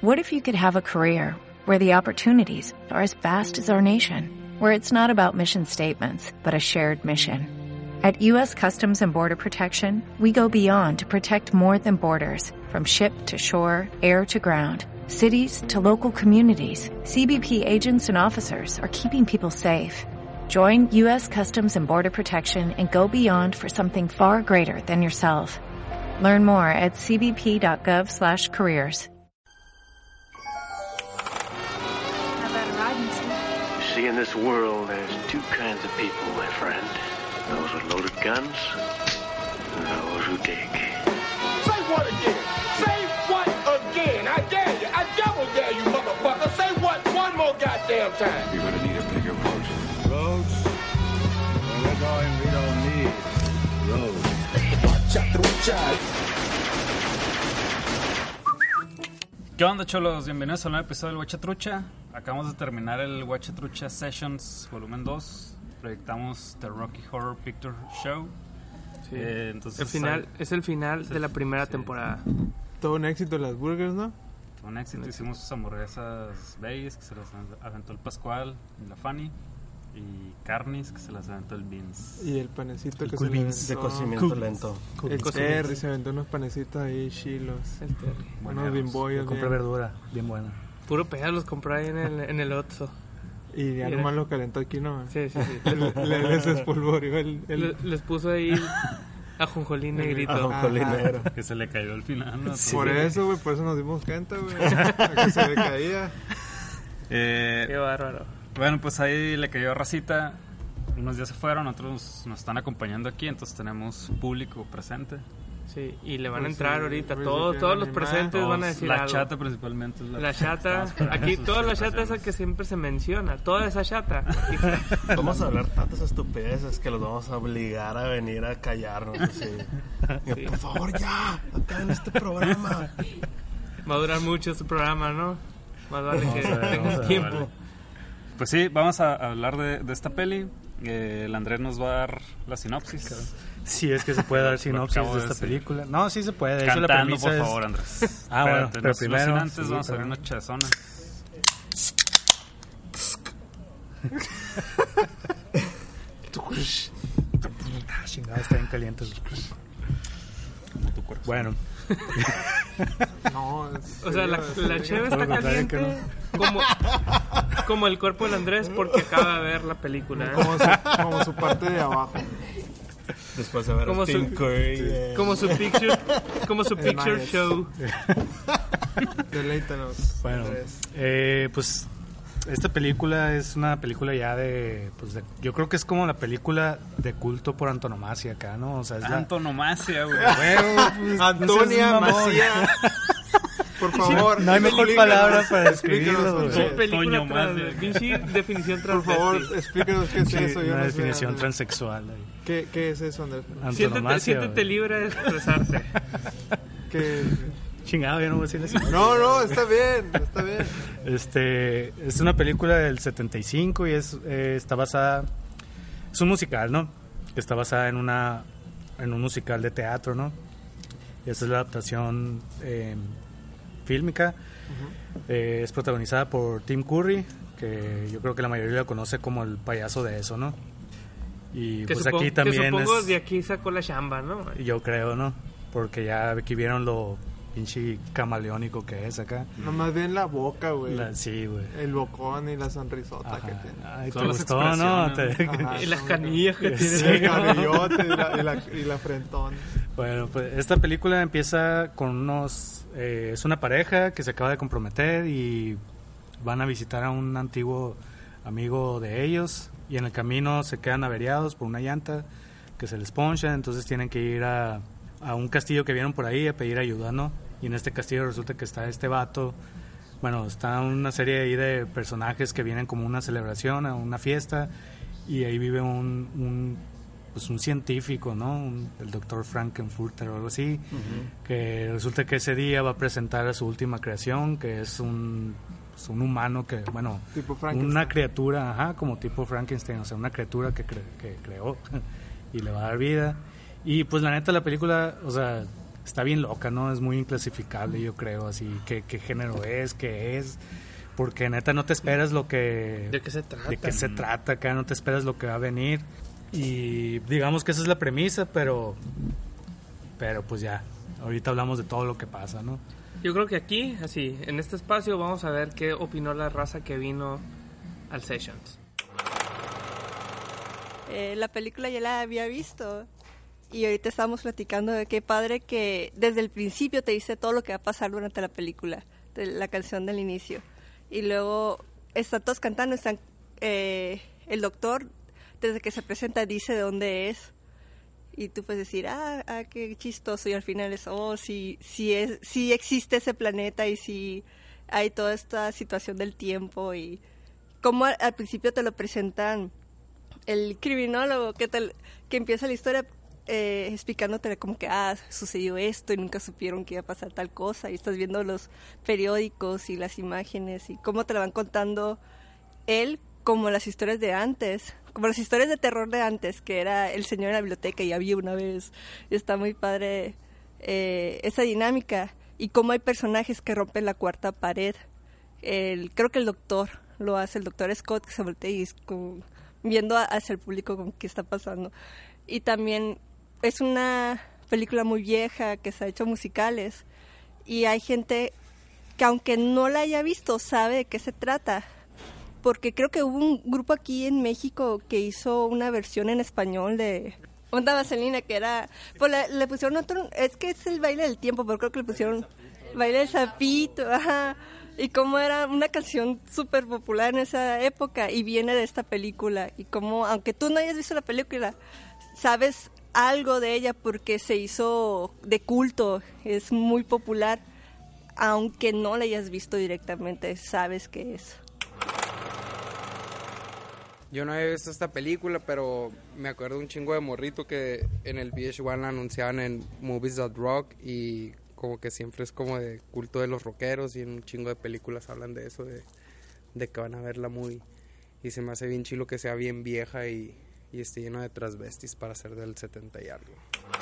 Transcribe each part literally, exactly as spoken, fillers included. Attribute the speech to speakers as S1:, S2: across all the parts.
S1: What if you could have a career where the opportunities are as vast as our nation, where it's not about mission statements, but a shared mission? At U S Customs and Border Protection, we go beyond to protect more than borders. From ship to shore, air to ground, cities to local communities, C B P agents and officers are keeping people safe. Join U S Customs and Border Protection and go beyond for something far greater than yourself. Learn more at c b p dot gov slash careers.
S2: You see, in this world, there's two kinds of people, my friend. Those with loaded guns and those who dig.
S3: Say what again? Say what again? I dare you. I double dare you, motherfucker. Say what one more goddamn time.
S4: You're gonna need a bigger boat. Roads? Well, we're going, we don't need roads.
S5: ¿Qué onda, cholos? Bienvenidos a un nuevo episodio del Huachatrucha. Acabamos de terminar el Huachatrucha Sessions volumen dos. Proyectamos The Rocky Horror Picture Show.
S6: Sí.
S5: Eh, entonces,
S6: el final,
S5: hay,
S6: es el final
S5: es
S6: de
S5: el,
S6: la primera
S5: sí.
S6: temporada.
S7: Todo un éxito las burgers, ¿no?
S5: Todo un éxito. Hicimos sus hamburguesas bellas que se las aventó el Pascual y la Fanny. Y carnis que se las aventó el Beans.
S7: Y el panecito
S8: el
S7: que
S8: cool
S7: se le
S8: beans
S7: aventó.
S8: de cocimiento lento.
S7: El Terry se aventó unos panecitos ahí chilos.
S6: El Terry.
S7: Unos bimbollos.
S8: Compré verdura, bien buena.
S6: Puro pedazo los compré ahí en el, en el Otso.
S7: Y ya nomás lo calentó aquí, ¿no?
S6: Sí, sí, sí.
S7: Le, le desespolvoreó el... el...
S6: Le, les puso ahí ajonjolín negrito.
S8: Ajonjolín negro.
S5: Que se le cayó al final, ¿no?
S7: Sí. Por eso, güey, por eso nos dimos cuenta, güey. A que se le caía.
S5: Eh,
S6: Qué bárbaro.
S5: Bueno, pues ahí le cayó racita. Unos días se fueron, otros nos están acompañando aquí, entonces tenemos público presente.
S6: Sí, y le van
S7: Pues
S6: a entrar
S7: sí,
S6: ahorita.
S7: pues
S6: Todos,
S7: sí,
S6: todos los
S7: animal.
S6: presentes
S5: Todos,
S6: van a decir
S5: la
S6: algo.
S5: chata principalmente es la,
S6: La chata, aquí toda la chata esa que siempre se menciona, toda esa chata.
S8: Vamos a hablar tantas estupideces que los vamos a obligar a venir a callarnos. Así.
S6: Sí.
S8: Por favor, ya, acá en este programa.
S6: Va a durar mucho este programa, ¿no? Más vale que
S8: Vamos a ver,
S6: tengas
S8: vamos a ver,
S6: tiempo.
S5: vale. Pues sí, vamos a hablar de, de esta peli. Eh, el Andrés nos va a dar la sinopsis.
S9: Sí, es que se puede dar sinopsis
S5: acabo
S9: de
S5: de
S9: esta
S5: decir.
S9: película. No, sí se puede. De hecho, la
S5: Cantando,
S9: premisa
S5: por
S9: es...
S5: favor, Andrés.
S9: Ah, bueno,
S5: Espérate,
S9: pero
S5: no-
S9: primero,
S5: no sin antes
S9: sí,
S5: vamos a
S9: pero-
S5: abrir unas chazonas.
S9: Ah, chingada, está bien caliente.
S5: Como tu cuerpo.
S9: Bueno,
S7: No, es...
S6: O sea, la, la cheve
S9: Por
S6: está
S9: lo contrario que
S6: caliente como, como el cuerpo del Andrés porque acaba de ver la película. ¿eh?
S7: Como su, como su parte de abajo.
S8: Después de ver
S6: Como
S8: a Tim
S6: su-
S8: Curry. eh,
S6: Como su picture, como su
S7: El
S6: picture
S7: Myers.
S6: show.
S7: Deleítanos.
S9: bueno,
S7: Andrés.
S9: eh, pues esta película es una película ya de, pues de, yo creo que es como la película de culto por antonomasia acá, ¿no? O sea, es la...
S5: Antonomasia, güey.
S9: Bueno, pues,
S7: Antonia
S9: no seas mamón.
S7: Macía. Por favor.
S9: No hay mejor
S7: explícanos,
S9: palabra para
S7: explícanos,
S9: describirlo,
S7: José.
S9: güey.
S6: Película
S5: Toño
S6: trans,
S5: Macia.
S6: pinche definición
S7: Por
S6: transvesti.
S7: favor, explícanos qué es
S9: Sí,
S7: eso. Yo
S9: una
S7: no
S9: definición
S7: sé.
S9: transexual ahí.
S7: ¿Qué, ¿Qué es eso, Andrés?
S6: Siéntete,
S9: Antonomasia,
S6: siéntete
S9: güey.
S6: libre de expresarte.
S7: ¿Qué?
S9: Chingado, yo no voy a decir así.
S7: No, no, está bien, está bien.
S9: Este, es una película del setenta y cinco y es eh, está basada, es un musical, ¿no? Está basada en una en un musical de teatro, ¿no? Y esa es la adaptación eh, fílmica. Eh, es protagonizada por Tim Curry, que yo creo que la mayoría lo conoce como el payaso de eso, ¿no? Y
S6: Que,
S9: pues
S6: supongo,
S9: aquí también
S6: que supongo
S9: es,
S6: de aquí sacó la chamba, ¿no?
S9: yo creo, ¿no? Porque ya aquí vieron lo pinche camaleónico que es acá.
S7: Nomás bien la boca, güey.
S9: La- sí, güey.
S7: El bocón y la sonrisota
S9: Ajá.
S7: que tiene.
S9: Ay, te
S5: Son las
S9: gustó, ¿no?
S5: expresiones.
S9: Te-
S7: Ajá,
S6: Y las
S7: son-
S6: canillas que tiene.
S9: Sí.
S7: El carrillote y la, y, la, y la frentón.
S9: Bueno, pues esta película empieza con unos... Eh, es una pareja que se acaba de comprometer y van a visitar a un antiguo amigo de ellos y en el camino se quedan averiados por una llanta que se les poncha, entonces tienen que ir a, a un castillo que vieron por ahí a pedir ayuda, ¿no? Y en este castillo resulta que está este vato, bueno, está una serie ahí de personajes que vienen como una celebración, a una fiesta y ahí vive un... un pues un científico, ¿no? Un- el doctor Frankenfurter o algo así, uh-huh. Que resulta que ese día va a presentar a su última creación, que es un, pues un humano que, bueno,
S7: Tipo Frankenstein.
S9: una criatura, ajá, como tipo Frankenstein, o sea, una criatura que, cre- que creó y le va a dar vida. Y pues la neta la película, o sea, está bien loca, ¿no? Es muy inclasificable, yo creo, así, qué, qué género es, qué es, porque neta no te esperas lo que...
S6: ¿De qué se trata?
S9: De qué se trata, acá no te esperas lo que va a venir, y digamos que esa es la premisa, pero, pero pues ya, ahorita hablamos de todo lo que pasa, ¿no?
S6: Yo creo que aquí, así, en este espacio vamos a ver qué opinó la raza que vino al Sessions.
S10: Eh, la película ya la había visto y ahorita estábamos platicando de qué padre que desde el principio te dice todo lo que va a pasar durante la película, de la canción del inicio. Y luego están todos cantando, están eh, el doctor desde que se presenta dice de dónde es y tú puedes decir, ah, ah qué chistoso, y al final es, oh, sí, sí, es, sí existe ese planeta y sí hay toda esta situación del tiempo y como al, al principio te lo presentan el criminólogo que, te, que empieza la historia eh, explicándote como que, ah, sucedió esto y nunca supieron que iba a pasar tal cosa y estás viendo los periódicos y las imágenes y cómo te la van contando él como las historias de antes, como las historias de terror de antes, que era el señor en la biblioteca y había una vez. Está muy padre eh, esa dinámica y cómo hay personajes que rompen la cuarta pared. El, creo que el doctor lo hace, el doctor Scott, que se voltea y es como viendo hacia el público como qué está pasando. Y también es una película muy vieja que se ha hecho musicales y hay gente que aunque no la haya visto sabe de qué se trata, porque creo que hubo un grupo aquí en México que hizo una versión en español de Onda Vaselina, que era, pues le, le pusieron otro, es que es el baile del tiempo, pero creo que le pusieron baile del sapito, ajá. Y como era una canción súper popular en esa época y viene de esta película. Y como, aunque tú no hayas visto la película, sabes algo de ella porque se hizo de culto, es muy popular. Aunque no la hayas visto directamente, sabes qué es.
S11: Yo no he visto esta película, pero me acuerdo un chingo de morrito que en el V H uno la anunciaban en Movies dot rock y como que siempre es como de culto de los rockeros y en un chingo de películas hablan de eso, de, de que van a verla muy... Y se me hace bien chilo que sea bien vieja y, y esté lleno de transvestis para ser del setenta y algo.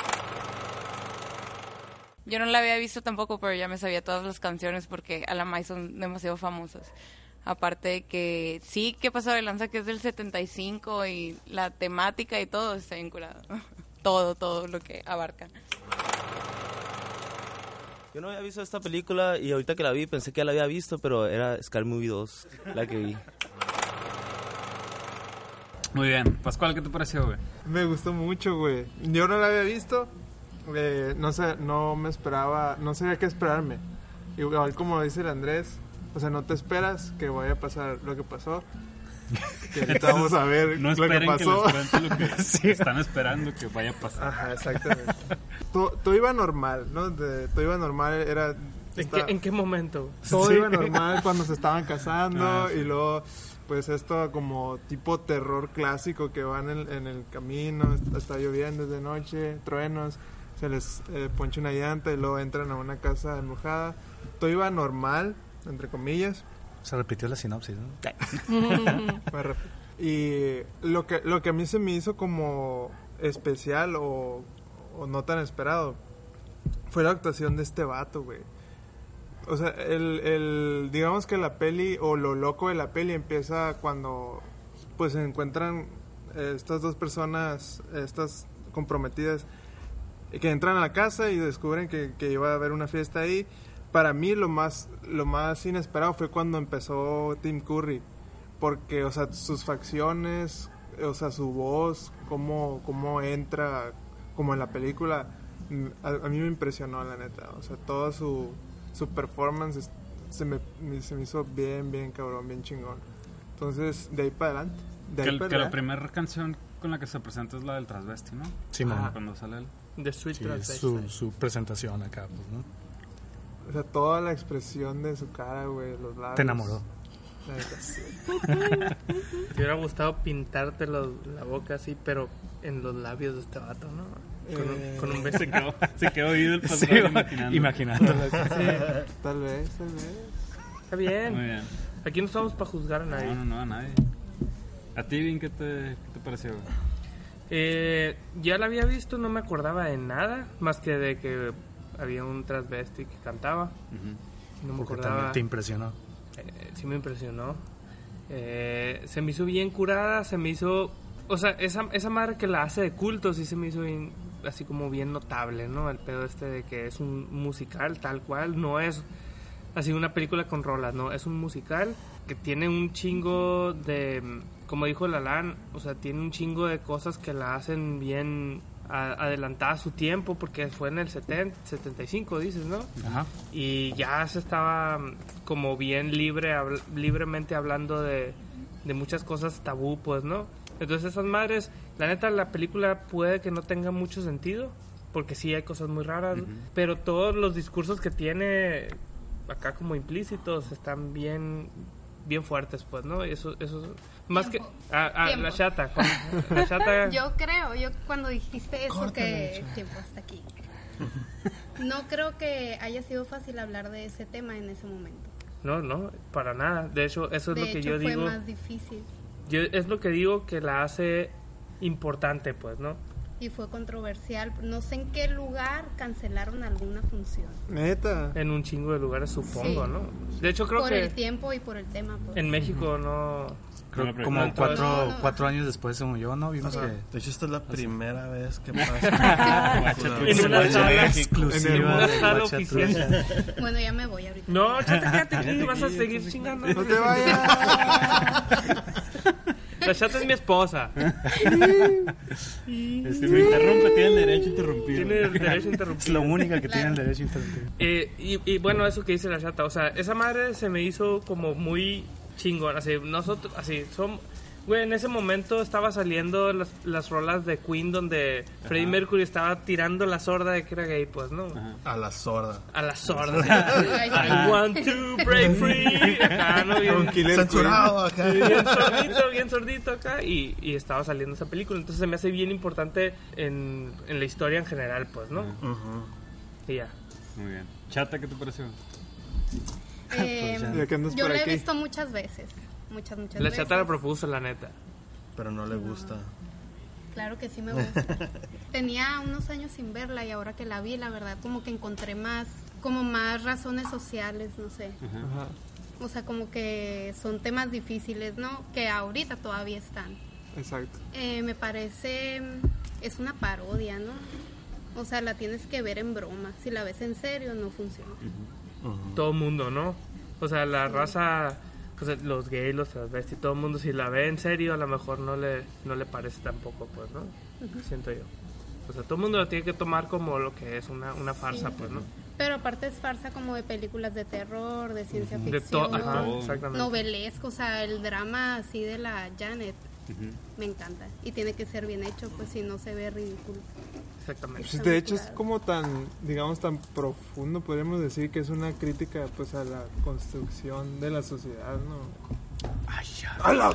S12: Yo no la había visto tampoco, pero ya me sabía todas las canciones porque a la Mai son demasiado famosas. Aparte de que sí, que pasó de lanza que es del setenta y cinco y la temática y todo está bien curado. todo, todo lo que abarca.
S13: Yo no había visto esta película y ahorita que la vi pensé que ya la había visto, pero era Scary Movie dos la que vi.
S5: Muy bien. Pascual, ¿qué te pareció, güey?
S7: Me gustó mucho, güey. Yo no la había visto, eh, no sé, no me esperaba, no sabía qué esperarme. Igual como dice el Andrés, o sea, no te esperas que vaya a pasar lo que pasó. Que ahorita vamos a ver
S5: no
S7: lo que pasó.
S5: Que les cuente lo que sí. Están esperando que vaya a pasar.
S7: Ajá, exactamente. todo, todo iba normal, ¿no? De, todo iba normal, era...
S6: ¿En, está, qué, ¿En qué momento?
S7: Todo
S6: sí.
S7: iba normal cuando se estaban casando
S5: ah, sí.
S7: y luego, pues esto como tipo terror clásico que van en, en el camino, está lloviendo de noche, truenos, se les eh, poncha una llanta y luego entran a una casa embrujada. Todo iba normal, entre comillas.
S9: Se repitió la sinopsis, ¿no?
S7: Y lo que lo que a mí se me hizo como especial o, o no tan esperado fue la actuación de este vato, güey. O sea, el, el digamos que la peli o lo loco de la peli empieza cuando pues se encuentran eh, estas dos personas, estas comprometidas, que entran a la casa y descubren que, que iba a haber una fiesta ahí. Para mí lo más lo más inesperado fue cuando empezó Tim Curry, porque, o sea, sus facciones, o sea, su voz, cómo, cómo entra, como en la película, a, a mí me impresionó, la neta. O sea, toda su, su performance se me, se me hizo bien, bien cabrón, bien chingón. Entonces, de ahí para adelante. De
S5: que
S7: ahí
S5: el,
S7: para
S5: que
S7: adelante.
S5: la primera canción con la que se presenta es la del transvesti, ¿no?
S9: Sí,
S5: ah, cuando sale él.
S6: The Sweet
S9: sí,
S6: Transvesti.
S9: Su, su presentación acá, pues, ¿no?
S7: O sea, toda la expresión de su cara, güey, los labios.
S9: Te enamoró.
S6: Te hubiera gustado pintarte los, la boca así, pero en los labios de este vato, ¿no? Con,
S7: eh,
S6: un, con un beso.
S5: Se quedó, se quedó oído el pastor
S9: sí,
S5: imaginando.
S9: Imaginándolo.
S7: Sí, tal vez, tal vez.
S6: Está bien.
S5: Muy bien.
S6: Aquí no estamos para juzgar a nadie.
S5: No, no, no, a nadie. ¿A ti, Vin, qué te, qué te pareció?
S6: Eh, ya la había visto, no me acordaba de nada, más que de que había un transvesti que cantaba. Uh-huh. No me
S9: Porque
S6: acordaba.
S9: también te impresionó.
S6: Eh, sí me impresionó. Eh, se me hizo bien curada, se me hizo... O sea, esa, esa madre que la hace de culto sí se me hizo bien, así como bien notable, ¿no? El pedo este de que es un musical tal cual, no es así una película con rolas, ¿no? Es un musical que tiene un chingo de... Como dijo Lalan, o sea, tiene un chingo de cosas que la hacen bien a, adelantada a su tiempo, porque fue en el setenta, setenta y cinco, dices, ¿no?
S9: Ajá.
S6: Y ya se estaba como bien libre, habl- libremente hablando de, de muchas cosas tabú, pues, ¿no? Entonces esas madres, la neta, la película puede que no tenga mucho sentido, porque sí hay cosas muy raras, uh-huh. pero todos los discursos que tiene acá como implícitos están bien... bien fuertes, pues, ¿no? Eso, eso más
S14: Tiempo.
S6: que ah, ah,
S14: Tiempo.
S6: la chata, con, la chata.
S14: Yo creo, yo cuando dijiste eso
S6: Córtale,
S14: que tiempo hasta aquí. No creo que haya sido fácil hablar de ese tema en ese momento.
S6: No, no, para nada. De hecho, eso es
S14: de
S6: lo que
S14: hecho,
S6: yo
S14: fue
S6: digo.
S14: más difícil
S6: Yo es lo que digo que la hace importante, pues, ¿no?
S14: y fue controversial. No sé en qué lugar cancelaron alguna función.
S7: Neta.
S6: En un chingo de lugares, supongo,
S14: Sí.
S6: ¿no? De hecho, creo
S14: por
S6: que
S14: el tiempo y por el tema. Pues.
S6: en México no...
S9: Creo
S6: no,
S9: como
S6: no,
S9: cuatro,
S6: no, no.
S9: cuatro años después, según yo, ¿no? Vimos
S6: Ajá.
S9: que...
S8: De hecho, esta es la primera vez que pasa.
S6: En una sala
S9: exclusiva.
S6: En una
S9: de
S6: sala
S9: Guacha
S6: oficial.
S9: Trucha.
S14: Bueno, ya me voy ahorita.
S6: No, chata, quédate aquí, vas a seguir chingando.
S7: No te vayas.
S6: La chata es mi esposa.
S5: Si me interrumpe, tiene el derecho a interrumpir.
S6: Tiene el derecho a interrumpir.
S9: Es lo única que tiene el derecho a interrumpir.
S6: Eh, y, y bueno, eso que dice la chata, o sea, esa madre se me hizo como muy chingón, así, nosotros, así, son, güey, en ese momento estaba saliendo las, las rolas de Queen donde Ajá. Freddie Mercury estaba tirando la sorda de que era gay, pues, ¿no?
S8: Ajá. A la sorda.
S6: A la sorda. I want to break free. Acá, ¿no? Bien,
S8: censurado acá.
S6: Bien sordito, bien sordito acá, y, y estaba saliendo esa película, entonces se me hace bien importante en, en la historia en general, pues, ¿no?
S8: Uh-huh.
S6: Y ya.
S5: Muy bien. Chata, ¿qué te pareció?
S14: Eh,
S7: pues
S14: yo
S7: la
S14: he
S7: aquí?
S14: visto muchas veces. Muchas, muchas
S6: La
S14: veces.
S6: chata la propuso, la neta.
S8: Pero no le gusta.
S14: Claro que sí me gusta. Tenía unos años sin verla y ahora que la vi, la verdad, como que encontré más, como más razones sociales, no sé.
S6: Ajá.
S14: O sea, como que son temas difíciles, ¿no? Que ahorita todavía están.
S7: Exacto.
S14: Eh, me parece, es una parodia, ¿no? O sea, la tienes que ver en broma. Si la ves en serio, no funciona.
S6: Uh-huh. Uh-huh. Todo mundo, ¿no? O sea, la sí. raza, o sea, los gays, los transvestis, todo el mundo, si la ve en serio, a lo mejor no le, no le parece tampoco, pues, ¿no? Uh-huh. Siento yo. O sea, todo el mundo lo tiene que tomar como lo que es una, una farsa, sí. pues, ¿no?
S14: Pero aparte es farsa como de películas de terror, de ciencia uh-huh.
S6: De
S14: ficción,
S6: to- Ajá, exactamente.
S14: novelesco, o sea, el drama así de la Janet, uh-huh. me encanta. Y tiene que ser bien hecho, pues, si no se ve ridículo.
S6: Exactamente.
S7: Pues de hecho es como tan, digamos, tan profundo, podríamos decir que es una crítica, pues, a la construcción de la sociedad, ¿no?
S9: Ay, ya.
S7: ¡Hala!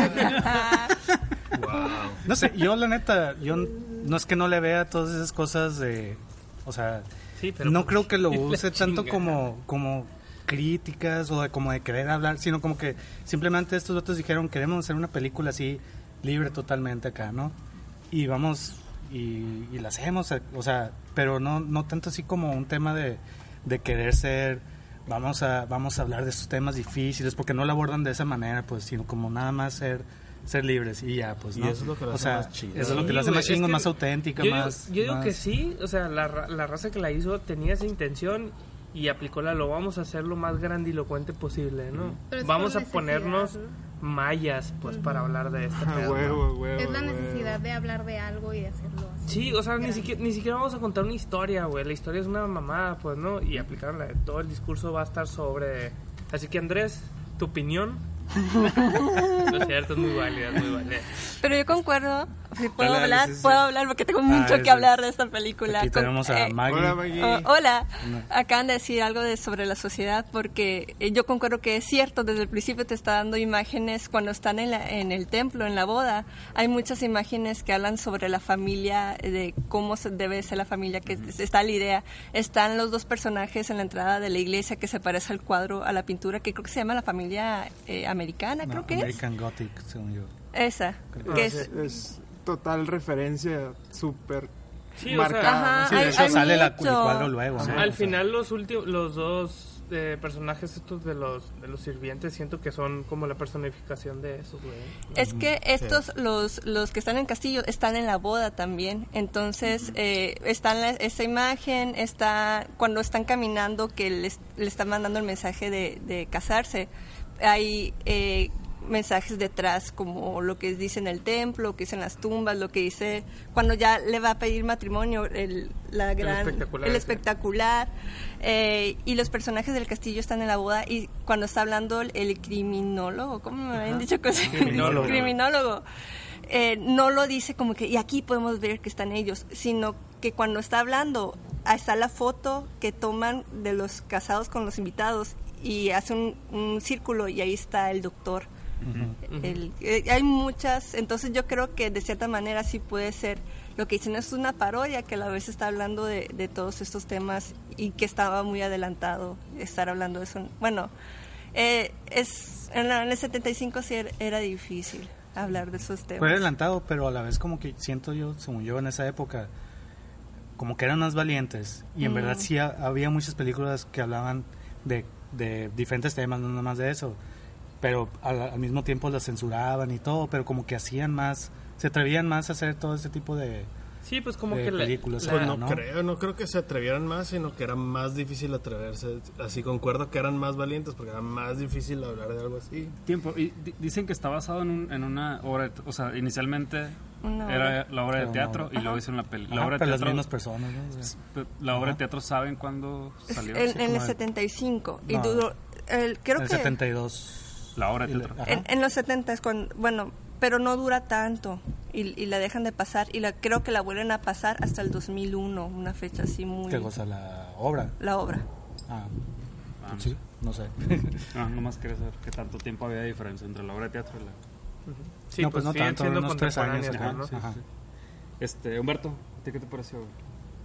S9: Wow. No sé, yo la neta, yo no es que no le vea todas esas cosas de, o sea,
S6: sí, pero
S9: no
S6: pues,
S9: creo que lo use tanto como, como críticas o de, como de querer hablar, sino como que simplemente estos otros dijeron, queremos hacer una película así libre totalmente acá, ¿no? Y vamos... Y, y la hacemos, o sea, pero no no tanto así como un tema de, de querer ser, vamos a vamos a hablar de estos temas difíciles, porque no lo abordan de esa manera, pues, sino como nada más ser ser libres y ya, pues, ¿no?
S8: Y eso es lo que lo
S9: o
S8: hace
S9: sea,
S8: más chido.
S9: Eso es lo que lo hace
S6: Sí,
S9: más
S6: güey,
S9: chingo,
S6: es que
S9: más auténtica,
S6: yo
S9: más...
S6: Digo, yo digo
S9: más...
S6: que sí, o sea, la, la raza que la hizo tenía esa intención y aplicó la, lo vamos a hacer lo más grandilocuente posible, ¿no? Vamos a ponernos... ¿no? Mayas, pues, uh-huh. para hablar de este
S7: ah,
S6: pedo,
S7: huevo,
S6: ¿no?
S7: huevo,
S14: es la
S7: huevo.
S14: necesidad de hablar de algo y de hacerlo así.
S6: Sí, o sea, ni siquiera, ni siquiera vamos a contar una historia, güey. La historia es una mamada, pues, ¿no? Y aplicarla. Todo el discurso va a estar sobre... Así que, Andrés, ¿tu opinión? No es cierto, es muy válida, es muy válida.
S10: Pero yo concuerdo. Si puedo
S9: Dale,
S10: hablar,
S9: sí, sí.
S10: puedo hablar porque tengo mucho
S9: Ah,
S10: que hablar de esta película.
S9: Aquí
S10: Con-
S9: tenemos a
S10: eh,
S9: Maggie.
S7: Hola, Maggie.
S10: Oh, hola,
S9: No.
S10: acaban de decir algo de sobre la sociedad porque eh, yo concuerdo que es cierto, desde el principio te está dando imágenes cuando están en, la, en el templo, en la boda, hay muchas imágenes que hablan sobre la familia, de cómo se debe ser la familia, que uh-huh. está la idea, están los dos personajes en la entrada de la iglesia que se parece al cuadro, a la pintura, que creo que se llama la familia eh, americana,
S9: No,
S10: creo que
S9: American es. Gothic, según yo.
S10: Esa,
S7: Ah,
S10: que
S7: es,
S10: es...
S7: es total referencia súper
S6: Sí, o sea,
S10: Ajá,
S9: Sí, de
S10: hay-
S9: hecho
S10: hay
S9: sale la- el
S10: mucho.
S9: cuadro luego, ¿no?
S6: Al
S9: O sea,
S6: final los últimos, los dos eh, personajes estos de los de los sirvientes siento que son como la personificación de esos, güey.
S10: Es que estos, los, los que están en el castillo, están en la boda también. Entonces, eh, está en la- esta imagen, está cuando están caminando, que les, le están mandando el mensaje de, de casarse. Hay eh, mensajes detrás, como lo que dice en el templo, lo que dice en las tumbas, lo que dice cuando ya le va a pedir matrimonio, el, la gran,
S6: espectacular,
S10: el
S6: sí.
S10: espectacular. Eh, y los personajes del castillo están en la boda, y cuando está hablando el, el criminólogo, ¿cómo me habían dicho que se-
S6: Criminólogo.
S10: criminólogo, eh, no lo dice como que, y aquí podemos ver que están ellos, sino que cuando está hablando, ahí está la foto que toman de los casados con los invitados, y hace un, un círculo, y ahí está el doctor. El- eh, hay muchas, entonces yo creo que de cierta manera sí puede ser lo que dicen, es una parodia que a la vez está hablando de, de todos estos temas, y que estaba muy adelantado estar hablando de eso. Bueno, eh, es en, la- en el setenta y cinco sí era, era difícil hablar de esos temas.
S9: fue adelantado, pero a la vez como que siento yo, según yo en esa época, como que eran más valientes. Y en
S10: Mm.
S9: verdad sí ha- había muchas películas que hablaban de, de diferentes temas, no nada más de eso. Pero al, al mismo tiempo las censuraban y todo, pero como que hacían más, se atrevían más a hacer todo ese tipo de,
S6: Sí, pues como
S9: de
S6: que la-
S9: películas.
S6: la-
S8: Pues no,
S9: ¿no?
S8: creo, no creo que se atrevieran más, sino que era más difícil atreverse. Así concuerdo que eran más valientes porque era más difícil hablar de algo así.
S5: Tiempo. Y di- dicen que está basado en, un- en una obra, de, o sea, inicialmente
S10: Una
S5: era
S10: obra.
S5: la obra de
S9: Era una
S5: teatro
S9: obra.
S5: y luego hicieron la peli. La
S9: Ajá,
S5: obra de
S9: pero las
S5: teatro,
S9: mismas personas, ¿no? O sea,
S5: pe- la obra de
S9: Ajá.
S5: teatro, ¿saben cuándo
S10: Es
S5: salió?
S10: en,
S9: sí,
S10: en el
S9: como el-
S10: setenta y cinco, y
S9: No.
S10: duró, el, creo
S9: el
S10: que
S9: setenta y dos.
S5: La obra de
S9: Y le-
S5: teatro.
S9: ajá.
S10: en, en los setenta es cuando, bueno, pero no dura tanto, y, y la dejan de pasar, y la, creo que la vuelven a pasar hasta el dos mil uno, una fecha así muy...
S9: ¿Qué cosa? La obra.
S10: La obra.
S9: Ah,
S5: Ah, no
S9: sí,
S5: sé.
S9: no sé.
S5: No, nomás quería saber qué tanto tiempo había de diferencia entre la obra de teatro y la...
S6: Sí,
S9: no,
S6: pues,
S9: pues no
S6: siguen
S9: tanto,
S6: siendo
S9: unos tres años.
S6: contemporáneas,
S9: Ajá,
S6: ¿no?
S9: ajá.
S5: Este, Humberto, ¿a ti qué te pareció? güey?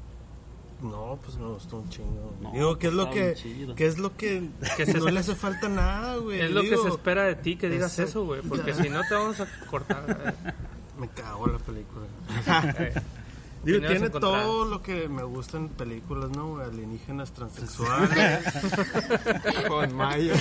S8: No, pues me gustó un chingo.
S5: No,
S8: Digo, ¿qué es lo
S5: está
S8: que,
S5: bien chido.
S8: ¿qué es lo que,
S6: Que se-
S8: no le hace falta nada, güey?
S6: Es lo que
S8: Digo,
S6: se espera de ti, que digas
S8: ese-
S6: eso, güey, porque si no te vamos a cortar. eh.
S8: Me cago en la película.
S6: Eh,
S8: Digo,
S6: opiniones
S8: tiene
S6: encontradas.
S8: todo lo que me gusta en películas, ¿no? güey? Alienígenas transexuales.
S7: Con Maya.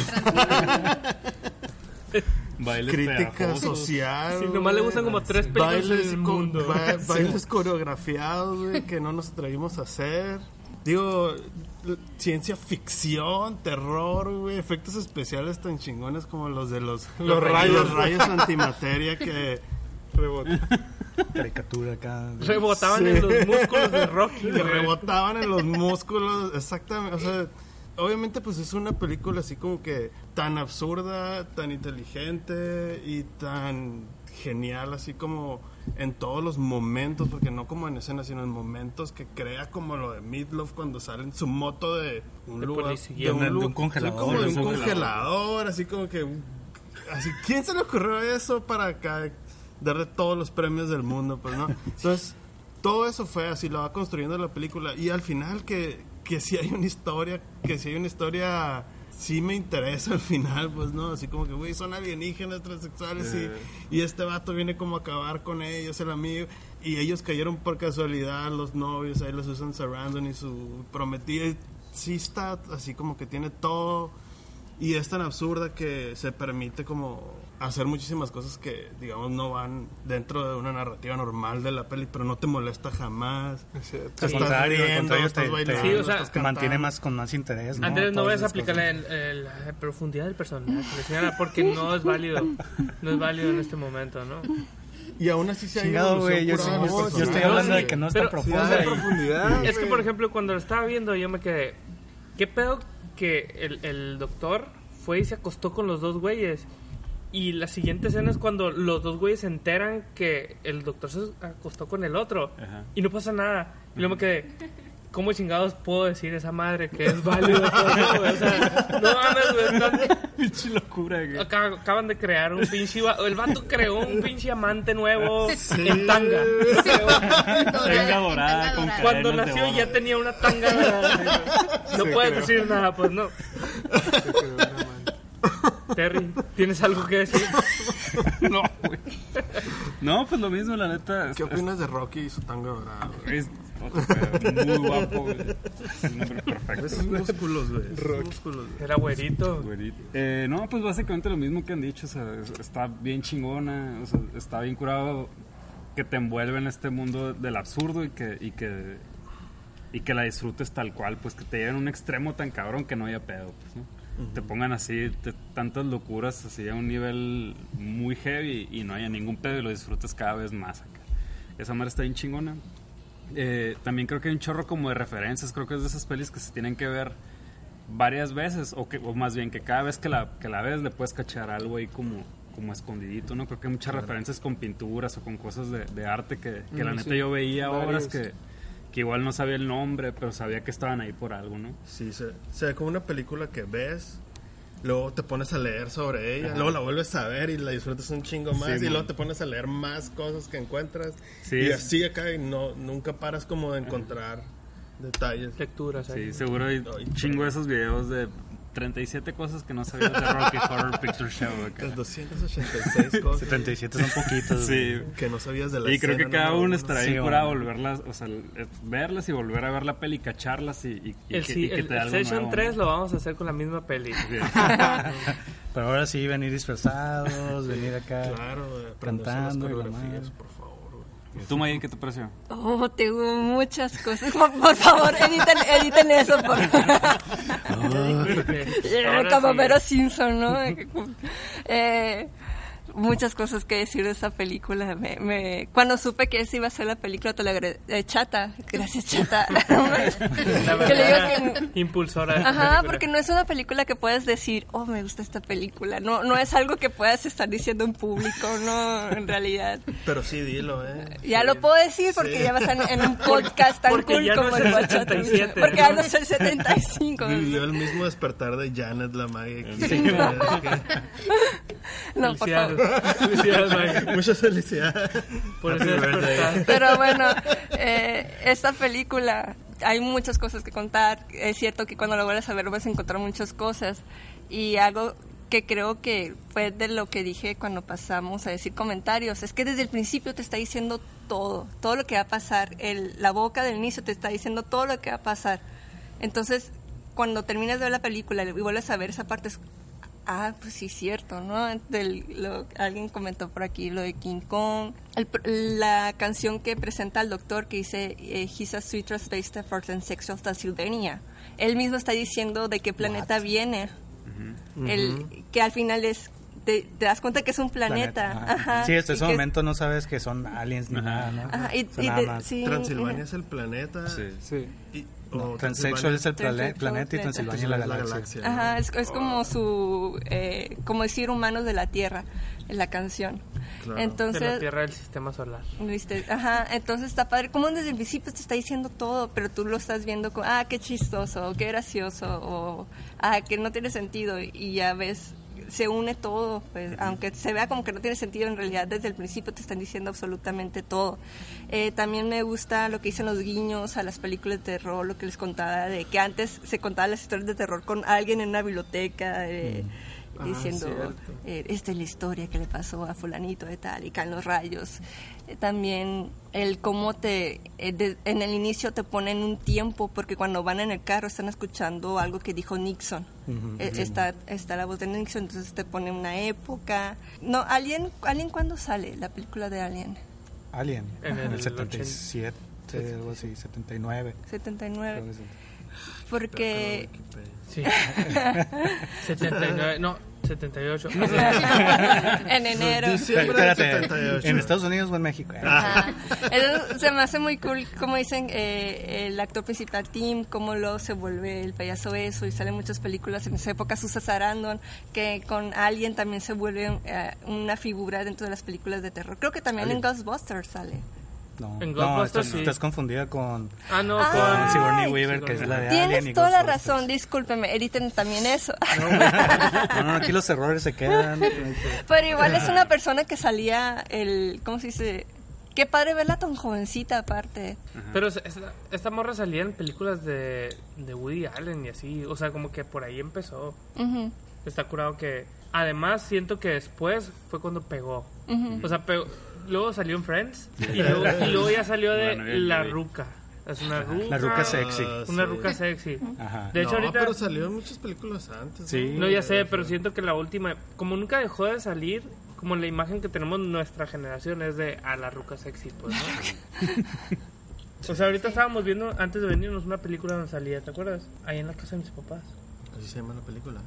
S5: Bailes
S8: Crítica
S5: pegajosos.
S8: social.
S6: Sí, nomás le
S8: güey.
S6: gustan como tres películas
S8: Bailes,
S6: del
S8: co-
S6: mundo.
S8: ba-
S6: Sí.
S8: bailes coreografiados, güey, que no nos atrevimos a hacer. Digo, l- ciencia ficción, terror, güey, efectos especiales tan chingones como los de los,
S7: Los rayos.
S8: los rayos antimateria que
S7: Rebota.
S9: Caricatura acá.
S6: Rebotaban
S8: Sí.
S6: en los músculos de Rocky,
S8: que
S6: güey.
S8: rebotaban en los músculos, exactamente, o sea, obviamente pues es una película así como que tan absurda, tan inteligente y tan genial, así como en todos los momentos, porque no como en escenas, sino en momentos que crea, como lo de Meatloaf cuando sale en su moto de un
S6: De
S8: lugar,
S6: policía.
S8: de un,
S9: De un-
S8: lu-
S9: de un congelador.
S8: sí, como de un
S5: De un
S8: congelador, así como que así, ¿quién se le ocurrió eso para acá darle todos los premios del mundo? Pues no, entonces todo eso fue así, lo va construyendo la película, y al final que, que si hay una historia, que si hay una historia, sí me interesa al final, pues no, así como que, güey, son alienígenas transexuales
S5: Eh.
S8: y, y este vato viene como a acabar con ellos, el amigo, y ellos cayeron por casualidad, los novios, ahí los Susan Sarandon y su prometida, y sí está así como que tiene todo, y es tan absurda que se permite como hacer muchísimas cosas que, digamos, no van dentro de una narrativa normal de la peli, pero no te molesta jamás.
S7: Es cierto.
S8: Te
S9: Al
S8: estás
S9: contrario, al
S8: riendo,
S9: contrario,
S8: estás
S9: te,
S8: bailando,
S6: Sí, o sea,
S8: estás
S9: te mantiene
S8: cantando.
S9: más con más interés, ¿no?
S6: Antes no
S9: Todas
S6: vayas a
S9: esas
S6: aplicar
S9: cosas.
S6: la, el- la profundidad del personaje, señora, porque no es válido. No es válido en este momento, ¿no?
S8: Y aún así se ha
S9: Chingado,
S8: ido
S9: güey, yo,
S8: evolución
S9: sí-
S8: pura
S9: yo-
S8: de los
S9: yo estoy
S8: personajes.
S9: hablando de que no es tan
S6: Pero-
S7: Sí,
S9: profunda.
S7: da
S9: y-
S7: profundidad.
S6: Es que,
S7: güey.
S6: por ejemplo, cuando lo estaba viendo, yo me quedé. ¿Qué pedo que el, el doctor fue y se acostó con los dos güeyes? Y la siguiente escena es cuando los dos güeyes se enteran que el doctor se acostó con el otro.
S5: Ajá.
S6: Y no pasa nada. Y luego me quedé. ¿Cómo chingados puedo decir esa madre que es válido todo eso, güey? O sea, no mames, güey. están-
S5: Pinche locura, güey.
S6: Acá- acaban de crear un pinche... va- El vato creó un pinche amante nuevo en tanga.
S5: Tanga dorada con
S6: Cuando
S5: cadenas de
S6: nació
S5: oro.
S6: ya tenía una tanga. No
S7: Se
S6: puedes
S7: creó.
S6: decir nada, pues no. Terry, ¿tienes algo que decir?
S5: No, güey. No, pues lo mismo, la neta.
S8: ¿Qué opinas de Rocky y su tanga dorada? güey?
S5: Es- Todo muy guapo, güey. Es un hombre perfecto.
S8: Esos músculos, güey. Esos músculos.
S6: Era güerito.
S5: Güerito. Eh, no, pues básicamente lo mismo que han dicho. O sea, está bien chingona. O sea, está bien curado que te envuelve en este mundo del absurdo y que, y que, y que la disfrutes tal cual. Pues que te lleven a un extremo tan cabrón que no haya pedo, pues, ¿no? Uh-huh. Te pongan así te, tantas locuras así a un nivel muy heavy y no haya ningún pedo y lo disfrutes cada vez más acá. Esa madre está bien chingona. Eh, también creo que hay un chorro como de referencias. Creo que es de esas pelis que se tienen que ver varias veces o, que, o más bien que cada vez que la, que la ves le puedes cachar algo ahí como, como escondidito, ¿no? Creo que hay muchas claro. referencias con pinturas o con cosas de, de arte que, que mm, la neta sí. yo veía Varios. obras que, que igual no sabía el nombre, pero sabía que estaban ahí por algo, ¿no?
S8: Sí, se, se ve como una película que ves, luego te pones a leer sobre ella, Ajá. luego la vuelves a ver y la disfrutas un chingo más, sí, y luego te pones a leer más cosas que encuentras, sí, y así acá y no, nunca paras como de encontrar Ajá. detalles.
S6: Lecturas.
S5: Sí, seguro hay un chingo de esos videos de treinta y siete cosas que no sabías de Rocky Horror Picture Show. Acá.
S8: doscientas ochenta y seis cosas.
S9: setenta y siete son poquitos.
S5: Sí.
S8: Que no sabías de la
S5: Y creo que cada uno estará bien
S9: sí,
S5: curado volverlas, o sea, verlas y volver a ver la peli, cacharlas y, y, y
S6: el,
S5: que,
S6: sí,
S5: y que
S6: el,
S5: te da
S6: el
S5: algo
S6: Session
S5: nuevo,
S6: tres
S5: ¿no?
S6: lo vamos a hacer con la misma peli.
S9: Pero ahora sí, venir disfrazados, venir acá
S8: claro,
S9: cantando y la madre.
S8: Por favor.
S5: ¿Tú, May, qué te pareció?
S10: Oh, tengo muchas cosas. Por, por favor, editen, editen eso. Por... oh. Como Mero Simpson, ¿no? eh, muchas cosas que decir de esa película. Me, me, cuando supe que esa iba a ser la película, te la agre- eh, Chata. Gracias, Chata.
S6: que le digo que, impulsora.
S10: Ajá, porque no es una película que puedas decir, oh, me gusta esta película. No, no es algo que puedas estar diciendo en público, no, en realidad.
S8: Pero sí, dilo, ¿eh?
S10: Ya
S8: sí.
S10: lo puedo decir porque sí. ya va a estar en un podcast tan
S6: porque
S10: cool
S6: ya
S10: como
S6: no
S10: el
S6: el
S10: Bachata.
S6: setenta y siete,
S10: porque
S6: ¿no?
S10: ya no es el setenta y cinco.
S8: Vivió el mismo despertar de Janet la May.
S10: Sí. No, por favor.
S6: Felicidades, May.
S8: Muchas felicidades.
S6: Por ese despertar.
S10: Pero bueno, eh, esta película, hay muchas cosas que contar. Es cierto que cuando lo vuelvas a ver vas a encontrar muchas cosas. Y algo que creo que fue de lo que dije cuando pasamos a decir comentarios, es que desde el principio te está diciendo todo, todo lo que va a pasar. El, la boca del inicio te está diciendo todo lo que va a pasar. Entonces, cuando terminas de ver la película y vuelves a ver esa parte, es, ah, pues sí, cierto, ¿no? Del, lo, alguien comentó por aquí lo de King Kong. El, la canción que presenta al doctor que dice eh, He's a sweet transvestite for transsexual Transylvania. Él mismo está diciendo de qué planeta What? viene. Uh-huh. El, uh-huh. Que al final es te, te das cuenta que es un planeta. planeta. Ajá.
S9: Sí, hasta ese momento es... no sabes que son aliens ni Ajá. nada, ¿no?
S10: Ajá. Y,
S9: y
S10: de, sí,
S8: Transilvania es el planeta.
S9: Sí.
S8: sí. Y,
S9: no, Transsexual es el plane- planeta y Transilvania es la galaxia. La galaxia,
S10: ¿no? Ajá, es, es como su, eh, como decir humanos de la Tierra, en la canción.
S6: Claro.
S10: Entonces,
S6: de la Tierra del sistema solar.
S10: ¿viste? Ajá, entonces está padre. Como desde el principio te está diciendo todo, pero tú lo estás viendo como, ah, qué chistoso, o qué gracioso, o ah, que no tiene sentido, y ya ves, se une todo, pues, aunque se vea como que no tiene sentido, en realidad desde el principio te están diciendo absolutamente todo. Eh, también me gusta lo que dicen los guiños a las películas de terror, lo que les contaba, de que antes se contaban las historias de terror con alguien en una biblioteca, eh, mm. diciendo, ah, eh, esta es la historia que le pasó a fulanito de tal, y caen los rayos. Eh, también el cómo te, eh, de, en el inicio te ponen un tiempo, porque cuando van en el carro están escuchando algo que dijo Nixon. Uh-huh. eh, está, está la voz de Nixon, entonces te pone una época. No, Alien, ¿Alien cuándo sale? La película de Alien.
S9: Alien, en el, el setenta y siete,
S10: ochenta
S9: algo así, setenta y nueve.
S10: setenta y nueve. Porque...
S6: Sí. setenta y nueve, no, setenta y ocho.
S10: En enero.
S9: Espérate, ¿en Estados Unidos o en México?
S10: Ajá. Eso se me hace muy cool, como dicen, eh, el actor principal Tim, cómo lo se vuelve el payaso eso, y salen muchas películas en esa época, Susan Sarandon, que con Alien también se vuelve eh, una figura dentro de las películas de terror. Creo que también Alien. En Ghostbusters sale.
S9: No,
S6: en
S9: no estás,
S6: sí.
S9: estás confundida con,
S6: ah, no,
S9: con
S6: con
S9: Sigourney Weaver, que es la de
S10: Tienes
S9: Alien. Tienes
S10: toda la razón, discúlpeme, editen también eso.
S9: No, no, aquí los errores se quedan.
S10: Pero igual es una persona que salía, el ¿cómo se dice? Qué padre verla tan jovencita aparte.
S6: Pero esta, esta morra salía en películas de, de Woody Allen y así, o sea, como que por ahí empezó. Uh-huh. Está curado que... Además, siento que después fue cuando pegó. Uh-huh. O sea, pegó... Luego salió en Friends y luego, y luego ya salió de bueno, bien, La bien. Ruca. Es una ruca.
S9: La ruca sexy.
S6: Una
S8: sí.
S6: ruca sexy.
S9: Ajá.
S6: De hecho,
S8: no,
S6: ahorita...
S8: pero salió en muchas películas antes.
S9: Sí.
S6: No, ya sé, pero siento que la última... Como nunca dejó de salir, como la imagen que tenemos nuestra generación es de a la ruca sexy, pues, ¿no? O sea, ahorita estábamos viendo, antes de venirnos, una película donde salía, ¿te acuerdas? Ahí en la casa de mis papás.
S8: Así se llama la película.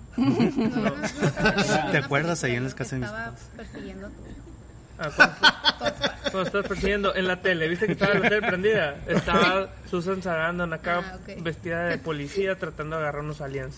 S9: ¿Te acuerdas ahí en las casas de mis
S14: Estaba
S9: papás?
S14: persiguiendo tú.
S6: Ah, cuando, cuando estás persiguiendo en la tele, ¿viste que estaba la tele prendida? Estaba Susan Sarandon acá,
S14: Ah, ok.
S6: vestida de policía, tratando de agarrar unos aliens.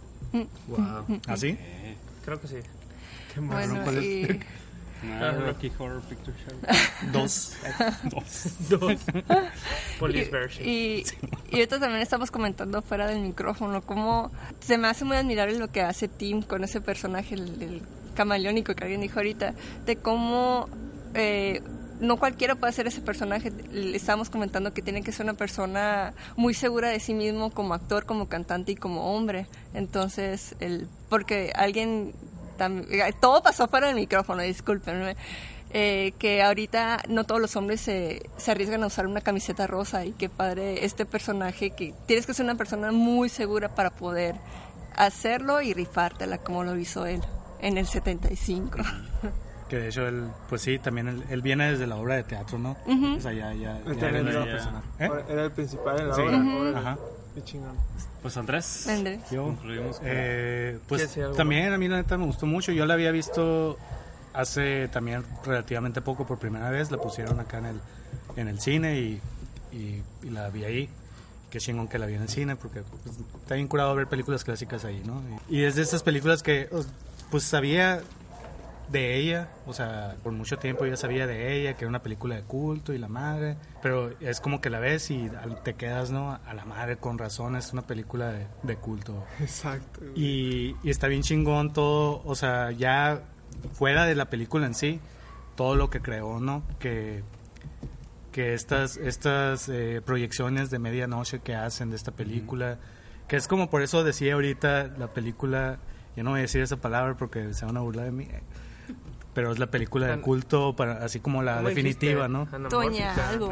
S8: Wow.
S9: ¿Ah, sí?
S6: Creo que sí.
S5: Qué más.
S10: Bueno,
S9: ¿cuál es?
S10: y...
S5: Ah, Rocky Horror Picture Show.
S9: Dos.
S5: Dos.
S6: Dos. Police
S10: y,
S6: version.
S10: y, y ahorita también estamos comentando fuera del micrófono cómo se me hace muy admirable lo que hace Tim con ese personaje, el, el camaleónico que alguien dijo ahorita, de cómo eh, no cualquiera puede hacer ese personaje. Le estábamos comentando que tiene que ser una persona muy segura de sí mismo como actor, como cantante y como hombre. Entonces, el, porque alguien... tam- todo pasó fuera del micrófono, discúlpenme. Eh, que ahorita no todos los hombres se, se arriesgan a usar una camiseta rosa, y qué padre este personaje, que tienes que ser una persona muy segura para poder hacerlo y rifártela como lo hizo él en el setenta y cinco.
S9: Que de hecho él, pues sí, también él, él viene desde la obra de teatro, ¿no?
S10: Ujú.
S9: O sea, ya, ya,
S7: Él
S9: ya
S7: también
S9: era
S7: era,
S9: un personaje. ¿Eh?
S7: era el principal en la
S9: Sí.
S7: obra.
S9: Ujú.
S7: Órale.
S9: Ajá.
S7: Qué chingón.
S5: Pues Andrés.
S10: Andrés.
S9: Yo,
S5: Concluimos con-
S9: eh, pues
S6: ¿Quieres decir algo
S9: también a mí la neta me gustó mucho. Yo la había visto hace también relativamente poco por primera vez. La pusieron acá en el, en el cine y, y, y la vi ahí. Qué chingón que la vi en el cine, porque pues, está bien curado ver películas clásicas ahí, ¿no? Y, y es de estas películas que pues sabía de ella, o sea, por mucho tiempo ya sabía de ella, que era una película de culto y la madre, pero es como que la ves y al- te quedas, ¿no? A la madre, con razón, es una película de, de culto.
S7: Exacto. güey.
S9: Y, y está bien chingón todo, o sea, ya fuera de la película en sí, todo lo que creó, ¿no? Que, que estas, estas eh, proyecciones de medianoche que hacen de esta película, que es como por eso decía ahorita la película, yo no voy a decir esa palabra porque se van a burlar de mí, pero es la película de
S6: An-
S9: culto, para, así como la
S6: ¿Cómo
S9: definitiva,
S6: dijiste?
S9: ¿no?
S6: Anamórfica.
S10: Toña, algo.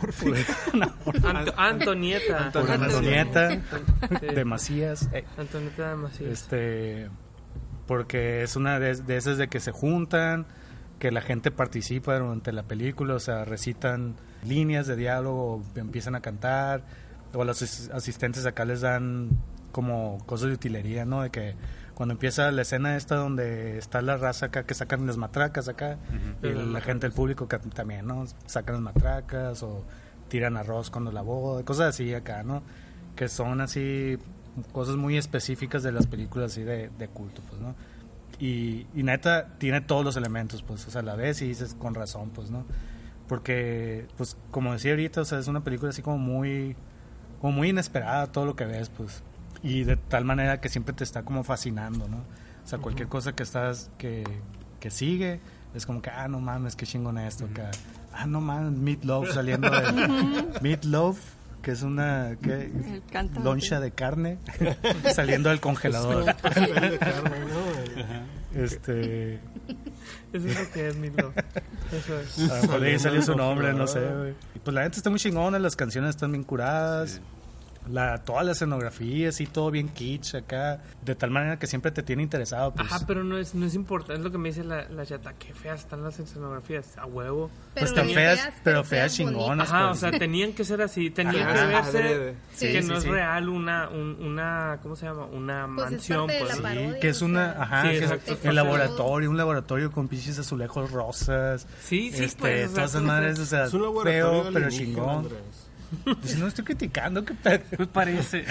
S6: Anto- Antonieta.
S9: Por Antonieta
S6: Sí.
S9: de Macías. eh,
S6: Antonieta de Macías.
S9: Este, porque es una de, de esas de que se juntan, que la gente participa durante la película, o sea, recitan líneas de diálogo, empiezan a cantar, o los as- asistentes acá les dan como cosas de utilería, ¿no? De que cuando empieza la escena esta donde está la raza acá que sacan las matracas acá, y
S6: Las
S9: la
S6: matracas.
S9: gente del público que también, ¿no? Sacan las matracas o tiran arroz cuando la boda, cosas así acá, ¿no? Que son así cosas muy específicas de las películas así de, de culto, pues, ¿no? Y, y neta, tiene todos los elementos, pues, o sea, la ves y dices con razón, pues, ¿no? Porque, pues, como decía ahorita, o sea, es una película así como muy, como muy inesperada todo lo que ves, pues, y de tal manera que siempre te está como fascinando, ¿no? O sea, cualquier cosa que estás, que, que sigue, es como que, ah, no mames, qué chingón esto, acá. Ah, no mames, Meat Loaf saliendo de... Meat Loaf, que es una ¿qué?
S10: El cantante.
S9: loncha de carne saliendo del congelador.
S8: Pastel de carne, ¿no?
S9: Este,
S6: Eso es lo que es mi love. Eso es.
S9: a lo mejor de ahí salió su nombre, no sé, güey. Y pues la neta está muy chingona, las canciones están bien curadas. La, toda la escenografía, así todo bien kitsch acá, de tal manera que siempre te tiene interesado, pues.
S6: Ajá, pero no es, no es importante, es lo que me dice la, la chata, qué feas están las escenografías, a huevo.
S9: Pues están feas, pero feas chingonas,
S6: Ajá,
S9: pues.
S6: o sea, tenían que ser así, tenían
S9: Ajá,
S6: que verse
S9: adrede. Sí,
S6: que
S9: sí,
S6: no
S9: sí.
S6: es real una, un- una, ¿cómo se llama? Una
S14: Pues es
S6: mansión,
S14: parte de
S6: pues.
S14: la parodia,
S9: Sí, que es una, ajá,
S6: Sí,
S9: que es
S6: exacto.
S9: el laboratorio, un laboratorio con pinches azulejos rosas.
S6: Sí, sí,
S9: este,
S6: pues, o sea,
S9: todas esas
S6: sí,
S9: madres, o sea,
S8: Es un laboratorio
S9: feo, pero
S8: alienígena,
S9: chingón.
S8: Andrés.
S9: Pues no estoy criticando, que pedo.
S5: Pues parece.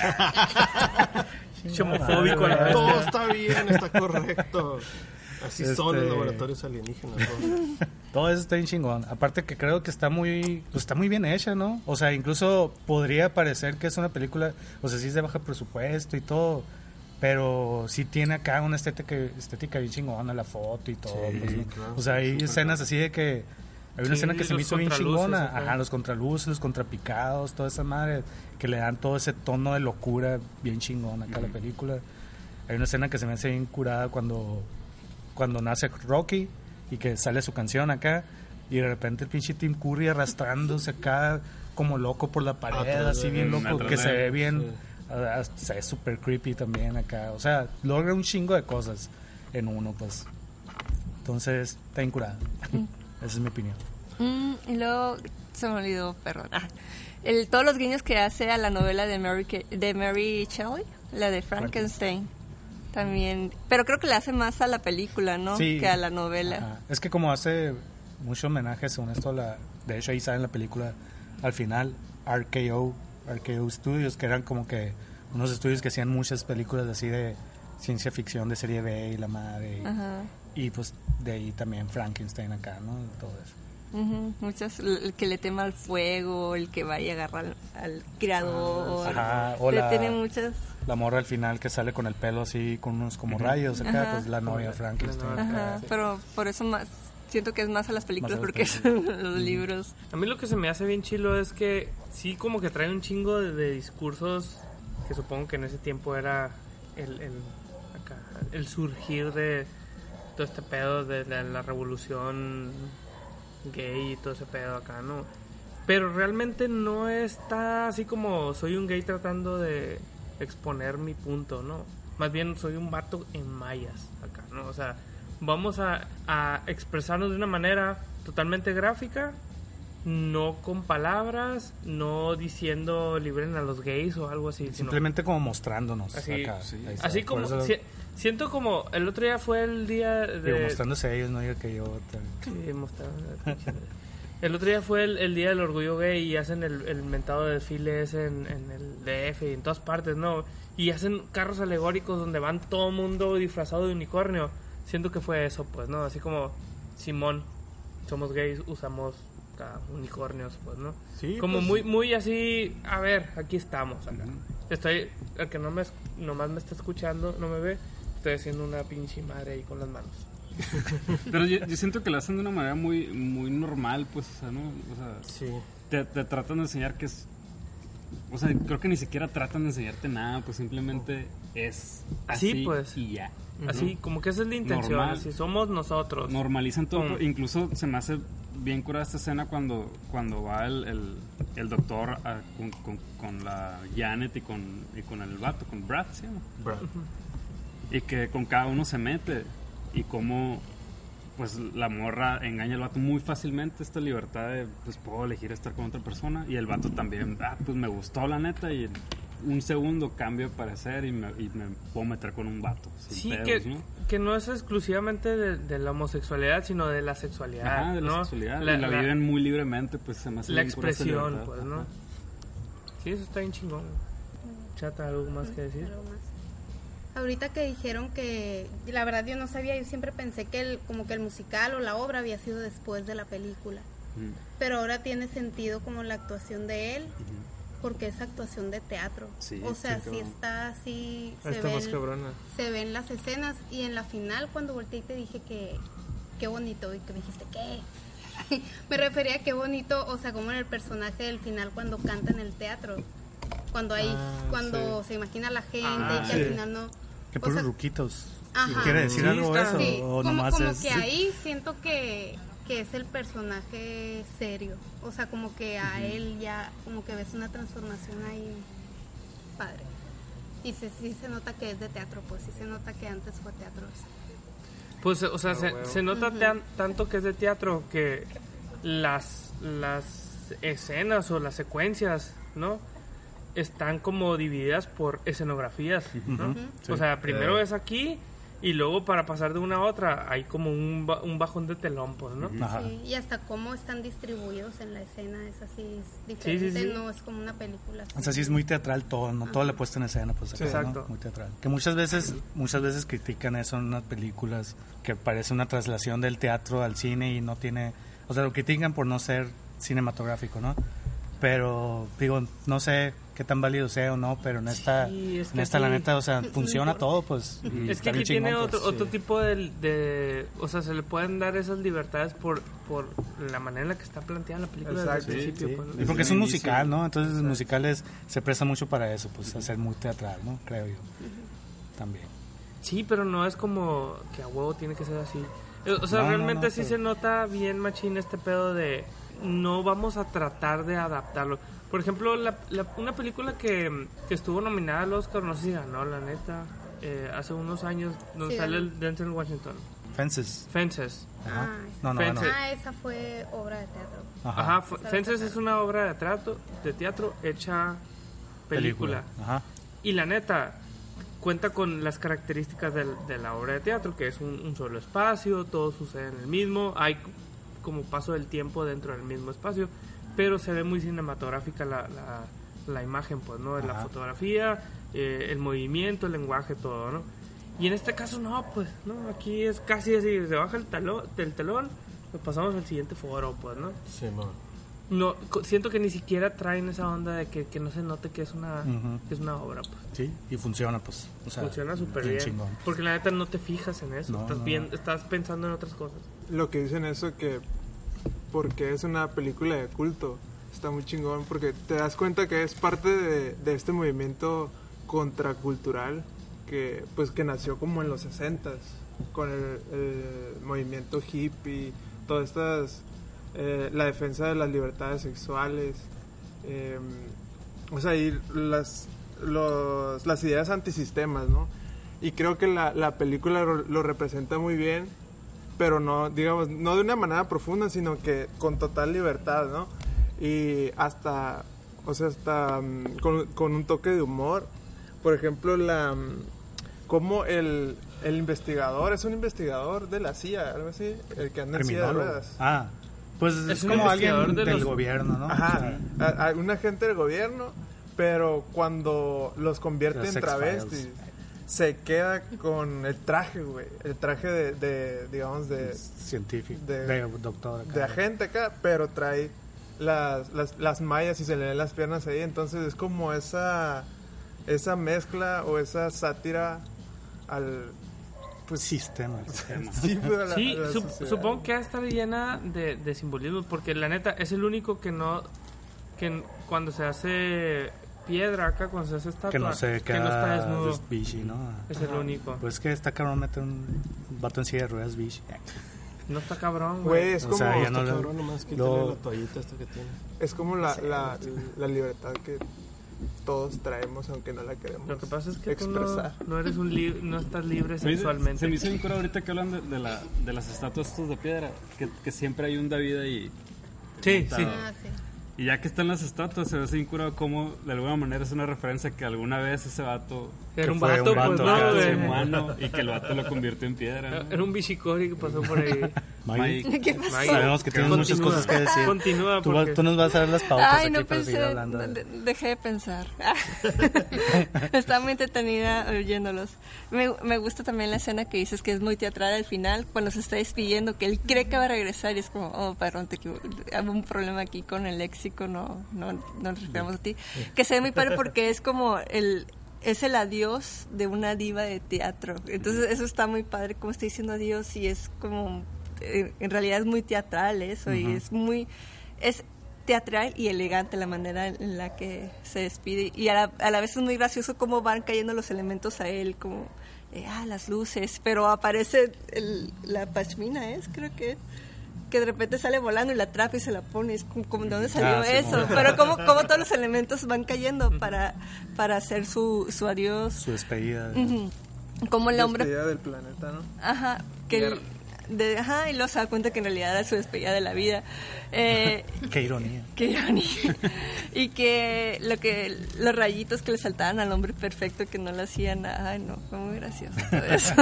S6: Homofóbico a la vez.
S8: Todo está bien, está correcto. Así son los
S9: Este-
S8: laboratorios alienígenas. ¿no?
S9: Todo eso está bien chingón. Aparte que creo que está muy, pues está muy bien hecha, ¿no? O sea, incluso podría parecer que es una película, o sea, sí es de bajo presupuesto y todo, pero sí tiene acá una estética, estética bien chingona, la foto y todo.
S8: Sí,
S9: pues, ¿no?
S8: claro,
S9: O sea, hay
S8: súper
S9: escenas así de que hay una
S6: Sí,
S9: escena que se me
S6: los
S9: hizo bien
S6: contraluces,
S9: chingona,
S6: ajá.
S9: ajá, los contraluces, los contrapicados, toda esa madre que le dan todo ese tono de locura bien chingón acá a la película. Hay una escena que se me hace bien curada cuando cuando nace Rocky y que sale su canción acá y de repente el pinche Tim Curry arrastrándose acá como loco por la pared,
S8: Atrás,
S9: así bien
S5: mm,
S9: loco,
S5: atrás
S9: que
S5: de
S9: se ve
S5: él,
S9: bien,
S5: sí.
S9: ah, se ve súper creepy también acá. O sea, logra un chingo de cosas en uno, pues. Entonces, está incurada. Esa es mi opinión.
S10: Mm, y luego se me olvidó, perdón. Ah, el, todos los guiños que hace a la novela de Mary, Ke- de Mary Shelley, la de Frankenstein. También, pero creo que le hace más a la película, ¿no?
S9: Sí.
S10: Que a la novela.
S9: Ajá. Es que como hace mucho homenaje, según esto, a la, de hecho ahí sale en la película, al final, R K O, R K O Studios, que eran como que unos estudios que hacían muchas películas así de ciencia ficción de serie B y la madre. Y,
S10: Ajá.
S9: y pues de ahí también Frankenstein acá, ¿no? Todo eso.
S10: Ujú, muchas, el que le tema al fuego, el que vaya a agarrar al, al criador.
S9: Ajá, o
S10: Le
S9: la,
S10: tiene muchas.
S9: la morra al final que sale con el pelo así, con unos como rayos acá,
S10: Ajá.
S9: pues la novia de Frankenstein.
S10: Ajá,
S9: acá.
S10: pero por eso más siento que es más a las películas
S9: Más a las
S10: porque
S9: películas.
S10: son los libros.
S6: A mí lo que se me hace bien chilo es que sí como que trae un chingo de, de discursos que supongo que en ese tiempo era el, el, acá, el surgir de todo este pedo de la, la revolución gay y todo ese pedo acá, ¿no? Pero realmente no está así como soy un gay tratando de exponer mi punto, ¿no? Más bien soy un vato en mayas acá, ¿no? O sea, vamos a, a expresarnos de una manera totalmente gráfica, no con palabras, no diciendo liberen a los gays o algo así.
S9: Simplemente
S6: sino,
S9: como mostrándonos
S6: así,
S9: acá.
S6: sí.
S9: Ahí está.
S6: Así
S9: Por
S6: como,
S9: eso-
S6: si- siento como, el otro día fue el día de...
S9: digo, mostrándose a ellos, no diga que yo... te-
S6: Sí, mostrando. El otro día fue el, el día del orgullo gay y hacen el, el mentado desfile ese en, en el D F y en todas partes, ¿no? Y hacen carros alegóricos donde van todo el mundo disfrazado de unicornio. Siento que fue eso, pues, ¿no? Así como, Simón, somos gays, usamos ah, unicornios, pues, ¿no?
S8: Sí,
S6: como
S8: pues-
S6: muy muy así, a ver, aquí estamos, acá. Estoy, el que no me, es- nomás me está escuchando, no me ve, estoy haciendo una pinche madre ahí con las manos.
S5: Pero yo, yo siento que lo hacen de una manera muy muy normal, pues, o sea, ¿no? O sea,
S8: Sí.
S5: te, te tratan de enseñar que es... O sea, creo que ni siquiera tratan de enseñarte nada, pues simplemente es así,
S6: Así, pues.
S5: y ya.
S6: Así,
S5: ¿no?
S6: como que esa es la intención,
S5: Normal.
S6: así somos nosotros.
S5: Normalizan todo.
S6: Mm.
S5: Incluso se me hace bien curada esta escena cuando, cuando va el, el, el doctor a- con, con, con la Janet y con, y con el vato, con Brad, ¿sí?
S8: Brad.
S5: Y que con cada uno se mete. Y cómo pues la morra engaña al vato muy fácilmente, esta libertad de pues puedo elegir estar con otra persona. Y el vato también, ah, pues me gustó la neta y en un segundo cambio de parecer y me, y me puedo meter con un vato. sin
S6: Sí,
S5: pedos,
S6: que,
S5: ¿no?
S6: que no es exclusivamente de, de la homosexualidad, sino de la sexualidad.
S5: Ajá, de la
S6: ¿no?
S5: sexualidad.
S6: La,
S5: y la,
S6: la-
S5: viven muy libremente, pues se me hace
S6: la
S5: bien curada esa
S6: expresión,
S5: libertad.
S6: pues, ¿no?
S5: Ajá.
S6: Sí, eso está bien chingón. Chata, ¿algo más que decir?
S14: Algo más. Ahorita que dijeron que, la verdad yo no sabía, yo siempre pensé que el, como que el musical o la obra había sido después de la película,
S5: Mm.
S14: pero ahora tiene sentido como la actuación de él, porque es actuación de teatro,
S5: Sí,
S14: o sea,
S5: sí,
S14: sí
S5: cabrón.
S14: está así, se
S6: Está más
S14: ven,
S6: cabrona.
S14: se ven las escenas y en la final cuando volteé y te dije que qué bonito y que me dijiste ¿qué? Me refería a qué bonito, o sea, como en el personaje del final cuando canta en el teatro, cuando hay,
S8: Ah,
S14: cuando se imagina la gente
S6: Ah,
S14: y que
S9: sí.
S14: al final no...
S9: Que
S14: o
S9: por
S14: sea,
S9: ruquitos.
S14: Ajá.
S9: ¿Quiere decir
S6: Sí,
S9: algo
S6: está-
S9: eso?
S14: Sí,
S9: O
S14: como,
S9: nomás
S14: como
S9: es...
S14: que ahí siento que, que es el personaje serio, o sea, como que a él ya, como que ves una transformación ahí padre. Y se, sí se nota que es de teatro, pues sí se nota que antes fue teatro.
S6: Pues, o sea,
S8: Ah,
S6: se,
S8: huevo.
S6: se nota
S14: Ujú.
S6: tan- tanto que es de teatro que las, las escenas o las secuencias, ¿no? Están como divididas por escenografías, ¿no?
S14: Ujú.
S6: O sea, primero
S8: Eh.
S6: es aquí y luego para pasar de una a otra hay como un, ba- un bajón de telón, pues, ¿no?
S9: Ajá.
S14: Sí, y hasta cómo están distribuidos en la escena es así, es diferente,
S6: sí, sí.
S14: no es como una película.
S9: O sea, sí es muy teatral todo, ¿no? Toda la
S14: Ajá.
S9: puesta en escena, pues, acá,
S6: Sí,
S9: ¿no?
S6: exacto.
S9: Muy teatral. Que muchas veces, muchas veces critican eso en unas películas que parece una traslación del teatro al cine y no tiene... O sea, lo critican por no ser cinematográfico, ¿no? Pero, digo, no sé qué tan válido sea o no, pero en esta,
S6: Sí, es
S9: en
S6: que
S9: esta la
S6: aquí-
S9: neta, o sea, funciona todo, pues. y
S6: Es
S9: está
S6: que aquí
S9: bien chingón,
S6: tiene
S9: pues.
S6: otro, otro tipo de, de... O sea, se le pueden dar esas libertades por, por la manera en la que está planteada la película
S8: Exacto,
S6: desde el
S8: sí,
S6: principio.
S8: sí.
S6: pues, ¿no?
S9: Y porque es un
S5: Desde el
S9: musical,
S5: inicio.
S9: ¿no? Entonces los musicales se presta mucho para eso, pues, a ser muy teatral, ¿no? Creo yo. También.
S6: Sí, pero no es como que a huevo tiene que ser así. Eh, O sea,
S9: No, no,
S6: realmente
S9: no,
S6: sí
S9: pero-
S6: se nota bien machín este pedo de, no vamos a tratar de adaptarlo. Por ejemplo, la, la, una película que, que estuvo nominada al Oscar, no sé si ganó, la neta, eh, hace unos años, donde
S14: Sí,
S6: sale
S14: ganó.
S6: el Denzel Washington.
S9: Fences.
S6: Fences.
S14: Ah,
S9: No, no,
S6: Fences.
S9: no.
S14: Ah, esa fue obra de teatro.
S9: Ajá.
S6: Ajá, fu-
S14: Esa la
S6: Fences
S14: sacaron.
S6: es una obra de teatro, de teatro hecha película.
S9: Ajá.
S6: Y la neta, cuenta con las características del- de la obra de teatro, que es un, un solo espacio, todo sucede en el mismo, hay c- como paso del tiempo dentro del mismo espacio, pero se ve muy cinematográfica la, la, la imagen, pues, ¿no? La
S9: Ajá.
S6: fotografía, eh, el movimiento, el lenguaje, todo, ¿no? Y en este caso no, pues, ¿no? Aquí es casi así, se baja el, talón, el telón, lo pasamos al siguiente foro, pues, ¿no?
S8: Sí, man.
S6: No, co- siento que ni siquiera traen esa onda de que, que no se note que es una,
S9: Ujú.
S6: que es una obra, pues.
S9: Sí, y funciona, pues. O sea,
S6: Funciona súper bien.
S9: chingón.
S6: Porque la neta no te fijas en eso.
S9: No,
S6: estás,
S9: no,
S6: bien,
S9: no.
S6: estás pensando en otras cosas.
S7: Lo que dicen eso que porque es una película de culto, está muy chingón porque te das cuenta que es parte de, de este movimiento contracultural que pues que nació como en los sesentas con el, el movimiento hippie, todas estas eh, la defensa de las libertades sexuales, eh, o sea, y las los, las ideas antisistemas, ¿no? Y creo que la, la película lo, lo representa muy bien, pero no, digamos, no de una manera profunda, sino que con total libertad, ¿no? Y hasta, o sea, hasta um, con, con un toque de humor. Por ejemplo, la um, como el, el investigador, es un investigador de la C I A, algo así, el que anda en silla de
S9: Criminólogo.
S7: ruedas.
S9: Ah, pues es,
S6: Es un
S9: como alguien
S6: investigador de
S9: del
S6: los-
S9: gobierno, ¿no?
S7: Ajá,
S9: O sea,
S7: a- a un agente del gobierno, pero cuando los convierte
S9: Los
S7: en
S9: X-Files.
S7: travestis, se queda con el traje, güey, el traje de, de digamos, de,
S9: científico,
S7: de-
S9: de, doctor acá.
S7: de agente acá, pero trae las, las, las mallas y se le ven las piernas ahí, entonces es como esa, esa mezcla o esa sátira al...
S9: Pues sistema.
S7: Sí, pues, a la-
S6: Sí,
S7: a la
S6: sup-
S7: sociedad.
S6: supongo que está llena de, de simbolismo. Porque la neta es el único que no. Que n- cuando se hace piedra acá, cuando se hace estatua,
S9: Que no se
S6: que no está
S9: queda
S6: desnudo.
S9: des- bichi, ¿no?
S6: Es el único.
S9: Pues que está cabrón meter un vato en silla de ruedas bichi.
S6: No está cabrón,
S7: Güey,
S6: güey.
S7: es
S9: O
S7: como...
S9: sea, ya
S8: Está
S9: no le-
S8: cabrón, nomás quítale
S9: lo-
S8: la toallita esta que tiene.
S7: Es como la, la, la libertad que todos traemos, aunque no la queremos
S6: Lo que pasa es que tú no,
S7: expresar.
S6: no eres un li- no estás libre
S5: Se me hizo-
S6: sexualmente.
S5: Se me hizo bien curado ahorita que hablan de, de, la, de las estatuas estas de piedra, que, que siempre hay un David ahí.
S6: Sí,
S5: montado.
S6: sí.
S14: Ah, sí.
S5: Y ya que están las estatuas, se ve así bien curado como de alguna manera es una referencia que alguna vez ese vato
S6: Era un
S9: fue
S6: vato,
S9: un vato
S6: pues
S9: acá,
S6: no,
S5: era
S6: güey.
S5: humano y que el vato lo convirtió en piedra. ¿no?
S6: Era un bichicori que pasó por ahí.
S9: Mike,
S5: Mike.
S10: ¿Qué pasó?
S6: Mike,
S9: sabemos que tienes muchas
S6: continúa.
S9: cosas que decir.
S6: Continúa,
S9: Tú,
S6: porque...
S9: vas- tú nos vas a dar las pautas
S10: Ay,
S9: aquí
S10: no
S9: para seguir
S10: pensé,
S9: hablando. de-
S10: de- dejé de pensar. Estaba muy entretenida oyéndolos. Me, me gusta también la escena que dices que es muy teatral al final, cuando se está despidiendo, que él cree que va a regresar y es como, oh, perrón, te equivo- hay un problema aquí con el léxico, no, no, no nos referimos a ti. Que se ve muy padre porque es como el... Es el adiós de una diva de teatro. Entonces eso está muy padre, como está diciendo adiós y es como... eh, en realidad es muy teatral eso y
S9: Ujú.
S10: es muy... Es teatral y elegante la manera en la que se despide. Y a la, a la vez es muy gracioso cómo van cayendo los elementos a él, como... eh, ah, las luces, pero aparece el- la pashmina, ¿es? Creo que... que de repente sale volando y la atrapa y se la pone, es como, como, ¿de dónde salió
S9: Ah, sí,
S10: eso?
S9: bueno.
S10: Pero como, como todos los elementos van cayendo para, para hacer su, su adiós.
S9: Su despedida.
S10: Ujú. Como el hombre...
S7: Despedida del planeta, ¿no?
S10: Ajá, que el- de, ajá, y luego se da cuenta que en realidad era su despedida de la vida. Eh,
S9: Qué ironía.
S10: Qué ironía. Y que lo que los rayitos que le saltaban al hombre perfecto que no le hacían nada. Ay, no, fue muy gracioso todo eso.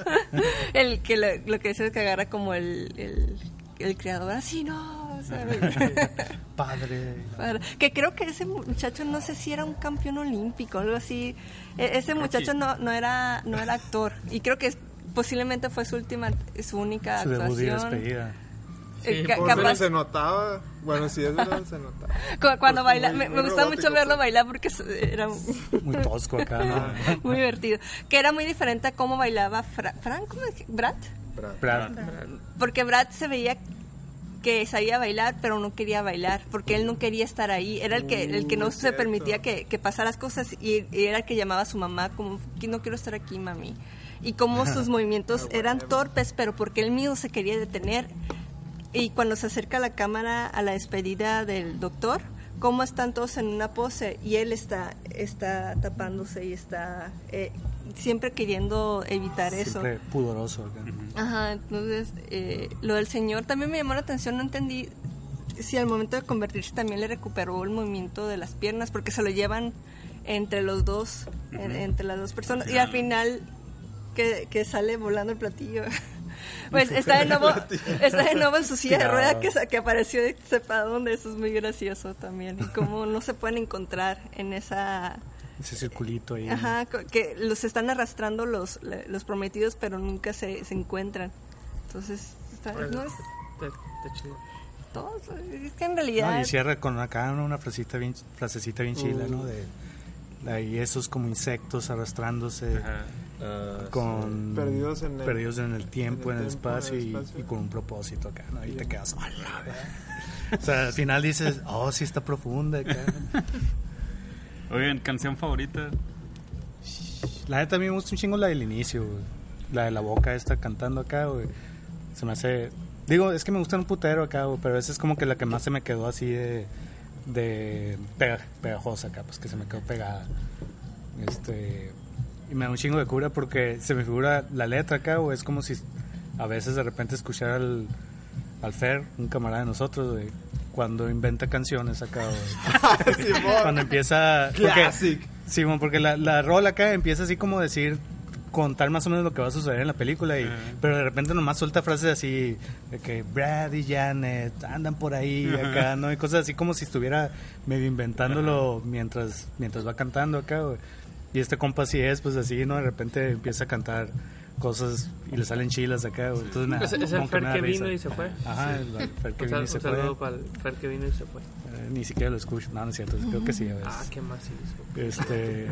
S10: el que lo, lo que dice es que agarra como el, el, el creador, así no. O sea,
S9: Padre.
S10: Padre. Que creo que ese muchacho no sé si era un campeón olímpico o algo así. E- ese muchacho no, no era no era actor y creo que es- posiblemente fue su última su única
S9: Su debut y
S10: actuación.
S9: despedida.
S10: Eh,
S6: Sí,
S10: ca-
S6: por-
S7: Pero
S10: capaz-
S7: se notaba, bueno, sí es verdad, se notaba.
S10: cu- cuando
S7: Pues,
S10: baila
S7: muy-
S10: me,
S7: muy
S10: me gustaba mucho
S7: robótico,
S10: verlo
S7: pues.
S10: bailar porque s- era
S9: Muy tosco acá, ¿no?
S10: muy divertido, que era muy diferente a cómo bailaba Fra- Frank, ¿cómo es que- Brad,
S9: Brad.
S10: porque Brad se veía que sabía bailar pero no quería bailar porque él no quería estar ahí, era el que el que no
S7: Uh,
S10: se
S7: cierto.
S10: permitía que, que pasaran las cosas y, y era el que llamaba a su mamá como que no quiero estar aquí, mami, y como sus movimientos
S7: Ah,
S10: eran
S7: bueno.
S10: torpes pero porque él mismo se quería detener y cuando se acerca la cámara a la despedida del doctor, cómo están todos en una pose y él está está tapándose y está eh, siempre queriendo evitar eso.
S9: Siempre pudoroso. acá.
S10: Ajá, entonces eh, lo del señor también me llamó la atención, no entendí si al momento de convertirse también le recuperó el movimiento de las piernas, porque se lo llevan entre los dos, uh-huh. en, entre las dos personas, y al final que, que sale volando el platillo. Pues está de nuevo, está de nuevo en su silla de rueda que, que apareció de sepa dónde, eso es muy gracioso también, y cómo no se pueden encontrar en esa...
S9: Ese circulito ahí.
S10: Ajá, que los están arrastrando los, los prometidos, pero nunca se, se encuentran. Entonces, está,
S6: Bueno,
S10: no es...
S6: Está, está chido.
S10: Todo, es que en realidad...
S9: No, y cierra con acá una frasecita bien, frasecita bien chila,
S10: Uh.
S9: ¿no? De, de ahí esos como insectos arrastrándose
S13: uh,
S9: con...
S7: sí. Perdidos en el-
S9: perdidos en el tiempo, en el,
S7: tiempo,
S9: espacio,
S7: en el
S9: y-
S7: espacio.
S9: Y, con un propósito acá, ¿no? Y te quedas... ¡Hola! O sea, al final dices, oh, sí está profunda acá.
S5: Oigan, canción favorita.
S9: La neta a mí me gusta un chingo la del inicio, güey. La de la boca esta cantando acá, güey. Se me hace... Digo, es que me gusta un putero acá, güey, pero esa es como que la que más se me quedó así de... de pega- pegajosa acá, pues que se me quedó pegada. Este... Y me da un chingo de cura porque se me figura la letra acá, güey. Es como si a veces de repente escuchar al, al Fer, un camarada de nosotros, güey, cuando inventa canciones acá, güey. Cuando empieza... porque-
S7: Classic.
S9: Sí, bueno, porque la, la rola acá empieza así como decir, contar más o menos lo que va a suceder en la película, y,
S5: Uh-huh.
S9: pero de repente nomás suelta frases así, de que Brad y Janet andan por ahí acá, ¿no? Y cosas así como si estuviera medio inventándolo uh-huh. mientras, mientras va cantando acá, güey. Y este compa así es, pues así, ¿no? De repente empieza a cantar cosas y le salen chilas acá, güey. Entonces, me da-
S6: Es, es
S9: como
S6: el Fer
S9: me da
S6: que
S9: risa.
S6: vino y se fue.
S9: Ajá, el, el Fer que
S6: Un
S9: vino y
S6: sal-
S9: se
S6: un
S9: fue.
S6: saludo para el Fer que vino y se fue.
S9: Eh, ni siquiera lo escucho, no, no es cierto, creo que sí a veces.
S6: Ah, qué más hizo.
S9: Este,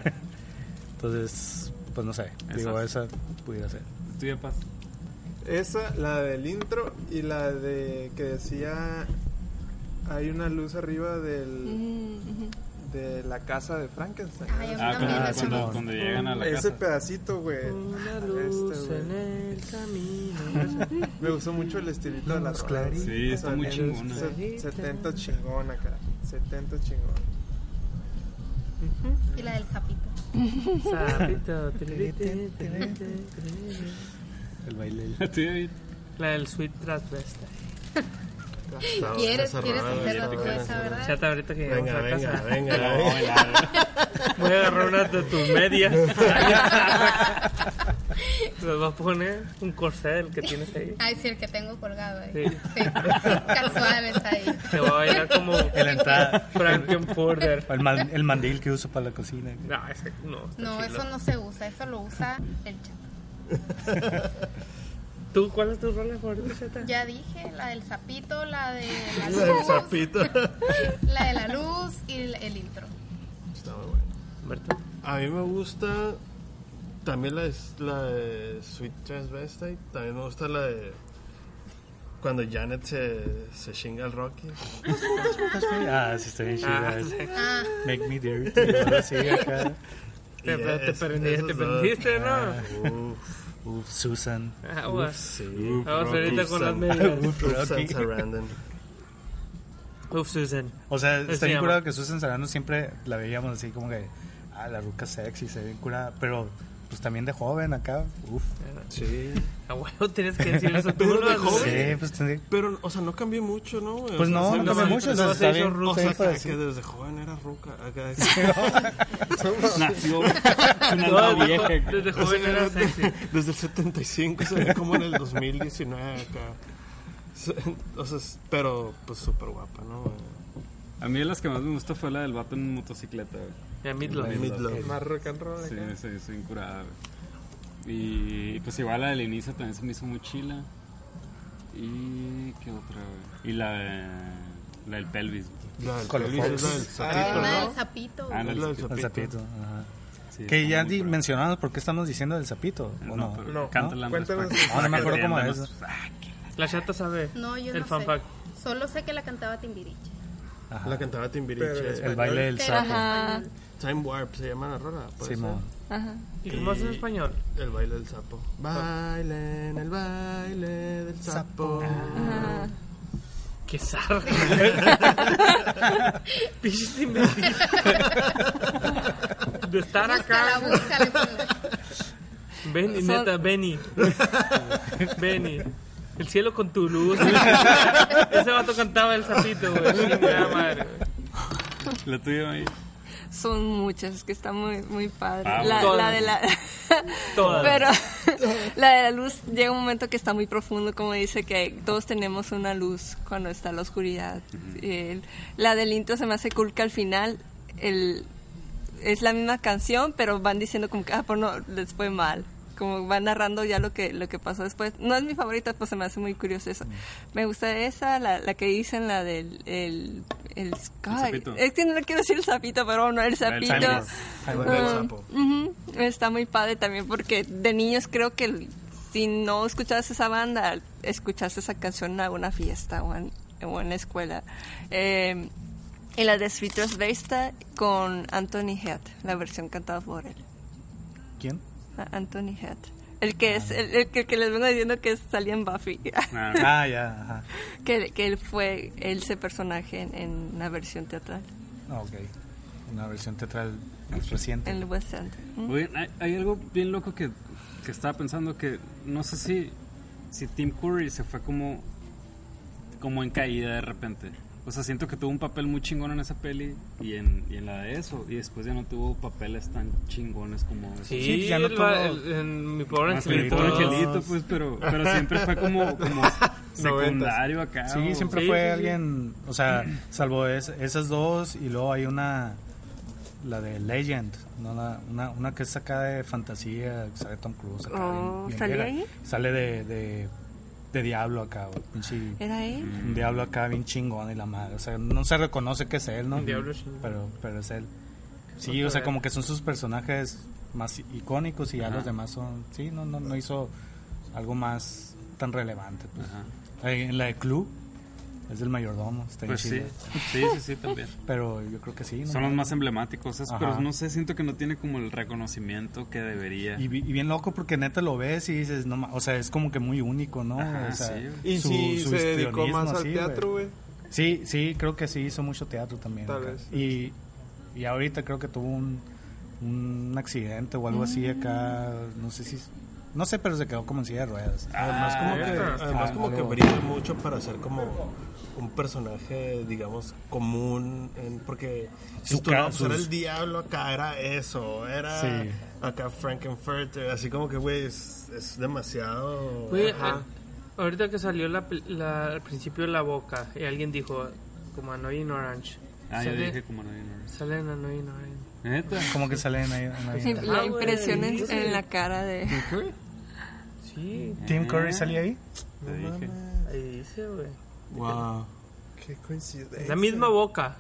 S9: entonces, pues no sé, digo, esa pudiera ser.
S5: Estudia paz.
S7: Esa, la del intro y la de que decía hay una luz arriba del de la casa de Frankenstein.
S14: Ay, a mí
S5: Ah,
S14: también
S5: cuando,
S14: esa
S5: cuando,
S14: me
S5: cuando llegan a la
S7: Ese
S5: casa.
S7: pedacito, güey.
S6: Una
S7: Este,
S6: luz
S7: güey.
S6: en el camino.
S7: Me gustó mucho el estilito de la
S9: Luz
S7: rola.
S9: clarita.
S5: Sí, está muy chingona.
S7: Se- setenta chingón acá. setenta chingón.
S14: Y la del sapito.
S6: Sapito.
S9: El baile.
S5: Sí, David.
S6: La del Sweet Transvesta.
S14: ¿Quieres,
S8: esa
S14: ¿quieres
S8: rola,
S14: hacerla
S8: ya
S14: tú
S8: te-
S14: esa, verdad?
S6: Chata, ahorita que llegamos
S8: Venga,
S6: a la
S8: venga,
S6: casa.
S8: venga.
S5: No,
S8: venga.
S5: la-
S6: Voy a agarrar una de tus medias. Les voy a poner un corset el que tienes ahí.
S14: Ay, sí, el que tengo colgado ahí.
S6: Sí.
S14: Sí. Casual está ahí.
S6: Te voy a bailar como
S9: En la entrada,
S6: Frankenfurter.
S9: el, man- el mandil que uso para la cocina.
S6: No, ese no. está
S14: No,
S6: chilo.
S14: eso no se usa, eso lo usa el chat.
S6: ¿Tú cuál es tu rola favorita, Chata?
S14: Ya dije, la del sapito, la de la
S8: La del
S14: luz,
S8: sapito.
S14: la de la luz y el, el intro.
S8: Está muy bueno.
S6: Humberto.
S8: A mí me gusta también la de, la de Sweet Transvestite. También me gusta la de cuando Janet se, se chinga al Rocky.
S9: Ah, sí, está bien chida.
S6: Ah,
S9: es
S6: sí.
S14: Ah,
S9: Make me dirty. Ahora sí, acá.
S6: Te,
S8: Y
S6: te,
S8: es-
S6: prendiste,
S8: esos
S6: te
S8: dos.
S6: prendiste, ¿no?
S9: Ah.
S8: Uf,
S9: Uf, Susan.
S6: Ah, bueno.
S8: sí.
S6: Vamos ahorita con las
S8: Susan.
S6: medias.
S9: Uf,
S8: Uf,
S9: Rocky.
S8: Susan Sarandon.
S6: Uf, Susan.
S9: O sea,
S6: Se
S9: está bien
S6: llama.
S9: curado que Susan Sarandon siempre la veíamos así como que, ah, la ruca sexy, se ve bien curada, pero pues también de joven acá, uf.
S8: Sí.
S6: A huevo tienes que decir eso. Tú
S8: Pero
S6: no
S8: de
S6: lo
S8: joven.
S6: haces.
S9: Sí, pues tendría-
S8: Pero, o sea, no cambió mucho, ¿no? güey? O
S9: Pues
S8: sea,
S9: no,
S8: sí,
S9: no cambió
S6: no,
S9: mucho,
S6: no,
S9: o sea,
S6: se
S9: está
S6: hizo
S9: bien,
S6: ruca.
S8: O
S9: está
S8: sea,
S9: bien para
S8: que
S9: decir.
S8: desde joven era ruca. Acá.
S5: Nació una
S6: No,
S5: alma
S6: desde,
S5: vieja.
S6: jo- desde joven era sexy.
S8: Desde el setenta y cinco se ve como en el dos mil diecinueve acá. Se- O sea, es- pero pues súper guapa, ¿no?
S5: A mí de las que más me gustó fue la del vato en motocicleta, güey.
S6: Ya, Midlove.
S8: Midlove.
S7: Más rock and roll.
S5: Sí,
S7: acá.
S5: sí, sí, incurada, güey. Y pues igual la del inicio también se me hizo muy chila. Y qué otra, güey. Y la de, la del pelvis, güey.
S8: La del
S9: Con los
S8: pelvis
S9: Fox.
S8: es la del sapito,
S14: la
S8: ¿no?
S14: del sapito.
S5: Ah,
S8: Es la del
S9: El
S8: sapito.
S9: sapito, ajá.
S5: Sí,
S9: Que
S5: está
S9: ya
S5: muy
S9: di-
S5: curada.
S9: mencionamos por qué estamos diciendo del sapito, ¿o
S5: No,
S9: no?
S5: pero
S7: No.
S5: cántala, Andrés,
S7: Cuéntanos.
S5: para que-
S9: Ah, no me
S5: para que
S9: acuerdo cómo
S5: entiendan
S9: es.
S5: los- Ah,
S6: La chata sabe.
S14: No, yo
S6: el
S14: no
S6: fun
S14: sé.
S6: fact.
S14: Solo sé que la cantaba Timbiriche.
S9: Ajá.
S8: La cantaba Timbiriche.
S7: Pero
S9: El baile del
S14: Pero
S9: sapo.
S14: en español.
S8: Time Warp se llama la rola. ¿puede
S9: Simón.
S8: ser?
S10: Ajá.
S6: ¿Y cómo hace en español?
S8: El baile del sapo. Bailen el baile del sapo.
S10: Ajá.
S6: ¡Qué zarra! Pinches imbéciles. De estar acá.
S14: Búscala, búscala.
S6: Benny,
S10: Son-
S6: neta, Benny. Benny. El cielo con tu luz. Ese vato cantaba el sapito, güey. Chingada madre.
S5: La tuya ahí.
S10: Son muchas, que está muy muy padre.
S5: Ah,
S10: la,
S6: bueno.
S10: la de la
S6: Todas.
S10: Pero la de la luz llega un momento que está muy profundo, como dice que todos tenemos una luz cuando está la oscuridad. El- la del intro se me hace cool que al final el es la misma canción, pero van diciendo como que ah, pues no, les fue mal. Como van narrando ya lo que lo que pasó después. No es mi favorita, pues se me hace muy curioso eso. Me gusta esa, la, la que dicen, la del el, el, ay,
S5: sapito.
S10: es que no le quiero decir el sapito, pero no, el sapito.
S5: cyborg.
S8: El baile del
S10: Ah,
S8: sapo.
S10: ujú, está muy padre también porque de niños creo que el- si no escuchabas esa banda, escuchaste esa canción en alguna fiesta o en, o en la escuela. Eh, y la de Sweet Transvesta con Anthony Head, la versión cantada por él.
S9: ¿Quién?
S10: A- Anthony Head. El que es el, el que, que les vengo diciendo que salía en Buffy.
S5: Ah,
S9: Ah, ya, ajá.
S10: que, que él fue él ese personaje en, en la versión teatral,
S9: Ah, ok. Una versión teatral más reciente.
S10: en el West End. ¿Mm?
S5: Oye, hay, hay algo bien loco que, que estaba pensando que no sé si, si Tim Curry se fue como, como en caída de repente. O sea, siento que tuvo un papel muy chingón en esa peli y en, y en la de eso. Y después ya no tuvo papeles tan chingones como eso.
S6: Sí,
S9: Sí, ya no
S6: el-
S9: tuvo-
S6: el- en mi pobre
S5: Más que mi
S6: angelito.
S5: pobre angelito, pues, pero, pero siempre fue como, como secundario acá.
S9: Sí,
S5: o-
S9: siempre
S6: Sí,
S9: fue
S6: sí, sí.
S9: alguien, o sea, salvo es- esas dos y luego hay una, la de Legend, ¿no? La- una, una que es acá de fantasía, que sale Tom Cruise acá.
S10: Oh,
S9: bien- bien
S10: ¿salió
S9: vieja.
S10: ahí?
S9: Sale de, de, de Diablo acá, güey, pinche...
S10: ¿Era él?
S9: Un diablo acá bien chingón y la madre, o sea, no se reconoce que es él, ¿no?
S6: Un diablo chingón.
S9: Pero, pero es él. Sí,
S6: Otra
S9: o sea,
S6: vez.
S9: como que son sus personajes más icónicos y ya
S5: Ajá.
S9: los demás son... Sí, no, no, no hizo algo más tan relevante, pues.
S5: Ajá.
S9: Eh, En la de Clue, es del mayordomo, está bien
S5: Pues sí,
S9: chido.
S5: sí, sí, sí, también.
S9: Pero yo creo que sí. ¿no?
S5: Son los más emblemáticos, es-
S9: Ajá.
S5: pero no sé, siento que no tiene como el reconocimiento que debería.
S9: Y, bi- y bien loco porque neta lo ves y dices, no, ma- o sea, es como que muy único, ¿no?
S5: Ajá,
S9: o sea,
S5: sí, güey.
S7: Y
S9: su-
S7: si
S9: su
S7: se dedicó
S9: histrionismo
S7: más al
S9: así,
S7: teatro, güey.
S9: Sí, sí, creo que sí hizo mucho teatro también.
S7: Tal
S9: acá.
S7: vez.
S9: Y, y ahorita creo que tuvo un, un accidente o algo así acá, no sé si... No sé, pero se quedó como en silla de ruedas.
S8: Además como que,
S6: Ah,
S8: además como que
S9: algo-
S8: brilla mucho para ser como un personaje, digamos, común, en- porque
S9: Su
S8: si tú
S9: ca-
S8: no, pues era
S9: sus-
S8: el diablo acá, era eso, era
S9: Sí.
S8: acá Frankenfurter, así como que, güey, es, es demasiado...
S6: Güey,
S8: Ajá.
S6: a- ahorita que salió la, pel- la- al principio la boca y alguien dijo como Annoying Orange.
S5: Ah, yo
S6: Sale-
S5: dije como no, no, no.
S6: Sale en Annoying Orange.
S5: ¿Neta?
S9: Como que salen ahí. ahí-
S10: Sí, la
S6: Ah,
S10: impresión
S6: güey,
S10: en,
S6: sí.
S10: en la cara de...
S6: Sí.
S9: ¿Tim Curry salía ahí?
S5: Te dije.
S6: Ahí dice, güey.
S8: Wow. Qué coincidencia.
S6: Es la misma boca.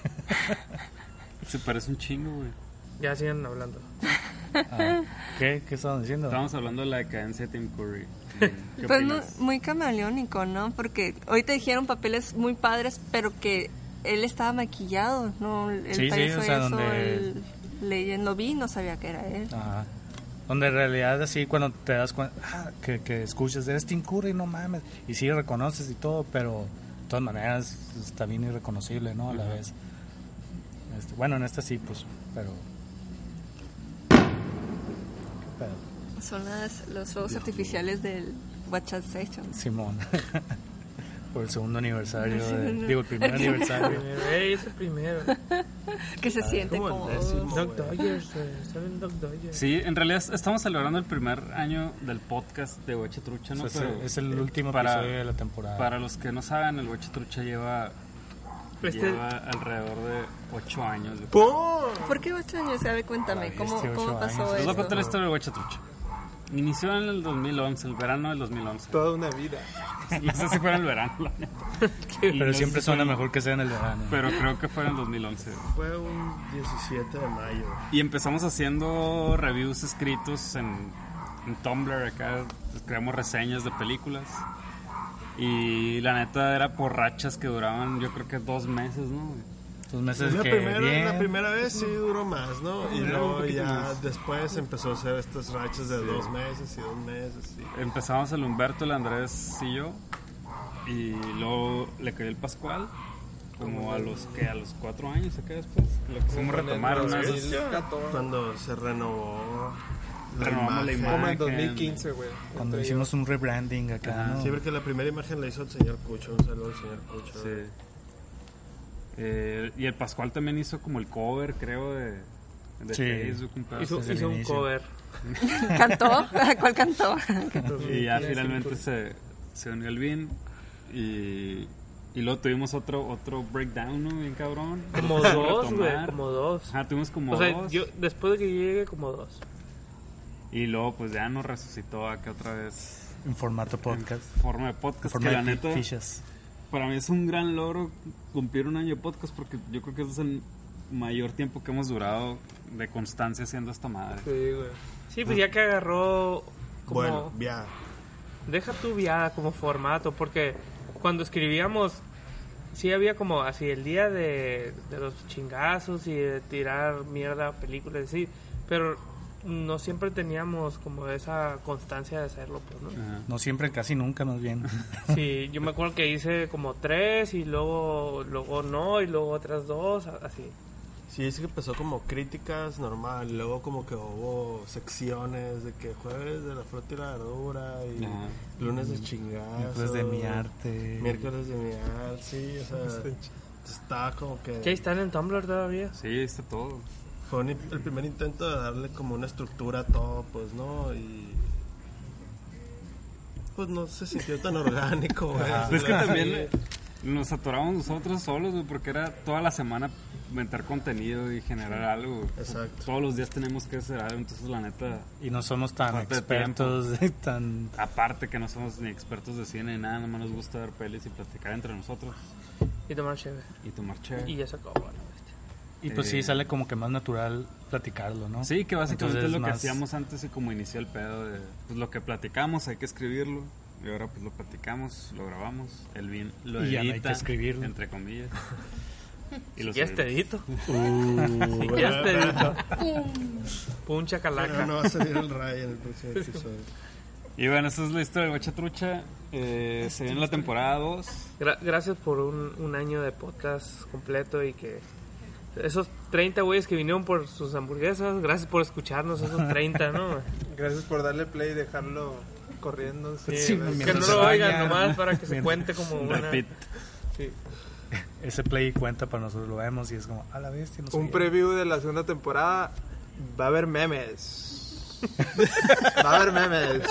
S5: Se parece un chingo, güey.
S6: Ya siguen hablando.
S9: Ah, ¿Qué? ¿Qué estaban diciendo?
S5: Estábamos hablando de la decadencia de Tim Curry. ¿Qué
S10: Pues muy,
S5: opinas?
S10: muy camaleónico, ¿no? Porque ahorita dijeron papeles muy padres, pero que él estaba maquillado, ¿no? Él
S9: Sí, sí,
S10: pareció
S9: o sea,
S10: eso,
S9: donde-
S10: él leyen- lo vi, no sabía que era él.
S9: Ajá. Donde en realidad así cuando te das cuenta ah, que, que escuchas, eres Tim Curry, no mames. Y sí reconoces y todo, pero de todas maneras está bien irreconocible, ¿no? A la vez. Este, bueno, en esta sí, pues, pero... ¿Qué pedo?
S10: Son las, los fuegos artificiales del WhatsApp Session.
S9: Simón. Por el segundo aniversario,
S10: Sí,
S9: de-
S10: no.
S9: digo, el primer aniversario.
S6: Ey, es el primero.
S10: Que se siente como...
S6: Dog Dodgers, güey. Salen Dog Dodgers.
S5: Sí, en realidad estamos celebrando el primer año del podcast de Hueche Trucha, ¿no?
S9: O sea,
S5: Pero
S9: es el último
S5: para,
S9: episodio de la temporada.
S5: Para los que no saben, el Hueche Trucha lleva,
S6: Este-
S5: lleva alrededor de ocho años. yo creo.
S8: ¡Pum!
S10: ¿Por qué ocho años? A ver, cuéntame, ¿cómo,
S9: bestia,
S10: cómo
S9: ocho
S10: pasó
S9: años.
S5: Les voy a
S10: eso?
S5: contar la historia del Hueche Trucha. Inició en el dos mil once, el verano del dos mil once.
S7: Toda una vida.
S5: No sé si fuera el verano, la neta. Y
S9: Pero
S5: no
S9: siempre
S5: sé si
S9: suena
S5: fue-
S9: mejor que sea en el verano.
S5: Pero creo que fue en el dos mil once.
S8: Fue un diecisiete de mayo.
S5: Y empezamos haciendo reviews escritos en, en Tumblr, acá creamos reseñas de películas. Y la neta era por rachas que duraban yo creo que dos meses, ¿no?
S9: Dos meses
S8: la
S9: que
S8: primera,
S9: bien.
S8: la primera vez sí duró más, ¿no? Y
S5: Duró un
S8: luego
S5: poquito
S8: ya
S5: más.
S8: después empezó a hacer estas rachas de
S5: Sí.
S8: dos meses y dos meses. Y...
S5: Empezamos el Humberto, el Andrés y yo. Y luego le cayó el Pascual. Como a los que a los cuatro años acá después. Lo quisimos retomar una vez.
S8: Cuando se renovó la
S5: Renovamos la
S8: imagen.
S5: imagen.
S15: Como en dos mil quince, güey.
S9: Cuando
S15: Entre
S9: hicimos un rebranding acá,
S5: Ajá.
S9: ¿no?
S8: Sí, porque la primera imagen la hizo el señor Cucho. Un saludo al señor Cucho.
S5: Sí. Eh, y el Pascual también hizo como el cover, creo, de, de
S9: Sí.
S5: Facebook. Un pedazo.
S6: Hizo,
S9: Desde el
S6: hizo un
S9: inicio.
S6: cover.
S10: ¿Cantó? ¿Cuál cantó?
S5: Y ya finalmente se, se unió el Vin. Y, y luego tuvimos otro otro breakdown, ¿no? Bien cabrón.
S6: Como
S5: Empezamos a
S6: dos, güey,
S5: retomar.
S6: como dos.
S5: Ajá, tuvimos como
S6: O sea,
S5: dos.
S6: yo, después de que yo llegue, como dos.
S5: Y luego pues ya nos resucitó acá otra vez.
S9: En formato podcast.
S5: En forma de podcast.
S9: En forma
S5: que la
S9: de
S5: neta,
S9: fichas.
S5: para mí es un gran logro cumplir un año de podcast porque yo creo que ese es el mayor tiempo que hemos durado de constancia haciendo esta madre.
S6: Sí, güey. Sí, pues ya que agarró como...
S8: Bueno, ya.
S6: Deja tu viada como formato, porque cuando escribíamos, sí había como así el día de, de los chingazos y de tirar mierda a películas, sí, pero no siempre teníamos como esa constancia de hacerlo, pues, ¿no?
S5: Ajá.
S9: No siempre, casi nunca, más bien.
S6: Sí, yo me acuerdo que hice como tres y luego, luego no, y luego otras dos, a- así.
S8: Sí, es que empezó como críticas normal, luego como que hubo secciones de que jueves de la fruta y la verdura y
S5: Ajá.
S8: lunes de chingazo.
S9: Miércoles de mi arte.
S8: Miércoles de mi arte, sí, o sea, está como que...
S6: ¿Qué están en Tumblr todavía?
S5: Sí, está todo.
S8: Fue un- el primer intento de darle como una estructura a todo, pues, ¿no? Y... pues no se sintió tan orgánico, güey.
S5: Ajá. Es que también eh, nos atoramos nosotros solos, güey, porque era toda la semana inventar contenido y generar algo.
S8: Exacto.
S5: Todos los días tenemos que hacer algo, entonces la neta...
S9: Y no somos tan
S5: falta de
S9: expertos,
S5: tiempo.
S9: tan...
S5: Aparte que no somos ni expertos de cine ni nada, nomás nos gusta ver pelis y platicar entre nosotros.
S6: Y tomar chévere.
S5: Y tomar chévere.
S6: Y ya se acabó la bestia.
S9: Y pues
S5: Eh,
S9: sí, sale como que más natural platicarlo, ¿no?
S5: Sí, que básicamente
S9: Entonces,
S5: es lo que
S9: más-
S5: hacíamos antes y como inició el pedo de... Pues lo que platicamos hay que escribirlo. Y ahora pues lo platicamos, lo grabamos. El bien lo
S9: Y ya
S5: edita,
S9: no hay que escribirlo.
S5: entre comillas. Y
S6: Si
S5: lo
S6: quieres te
S5: subimos.
S6: edito.
S8: Uh,
S6: Si quieres te edito. Pum chacalaca.
S8: Pero no va a salir el Ray en el próximo episodio.
S5: Y bueno, esa es la historia del Guachatrucha. Eh, se viene la temporada dos.
S6: Gra- gracias por un, un año de podcast completo y que esos treinta güeyes que vinieron por sus hamburguesas, gracias por escucharnos esos treinta, ¿no?
S7: Gracias por darle play y dejarlo corriendo.
S6: Sí,
S7: Sí,
S6: que
S7: mientras
S6: no
S7: se
S6: lo oigan
S7: bañan.
S6: nomás para que se
S9: Mientras-
S6: cuente como una...
S5: Repeat.
S6: Sí.
S9: Ese play cuenta para nosotros, lo vemos y es como, a la bestia, no
S7: Un
S9: sabía.
S7: preview de la segunda temporada. Va a haber memes. Va a haber memes.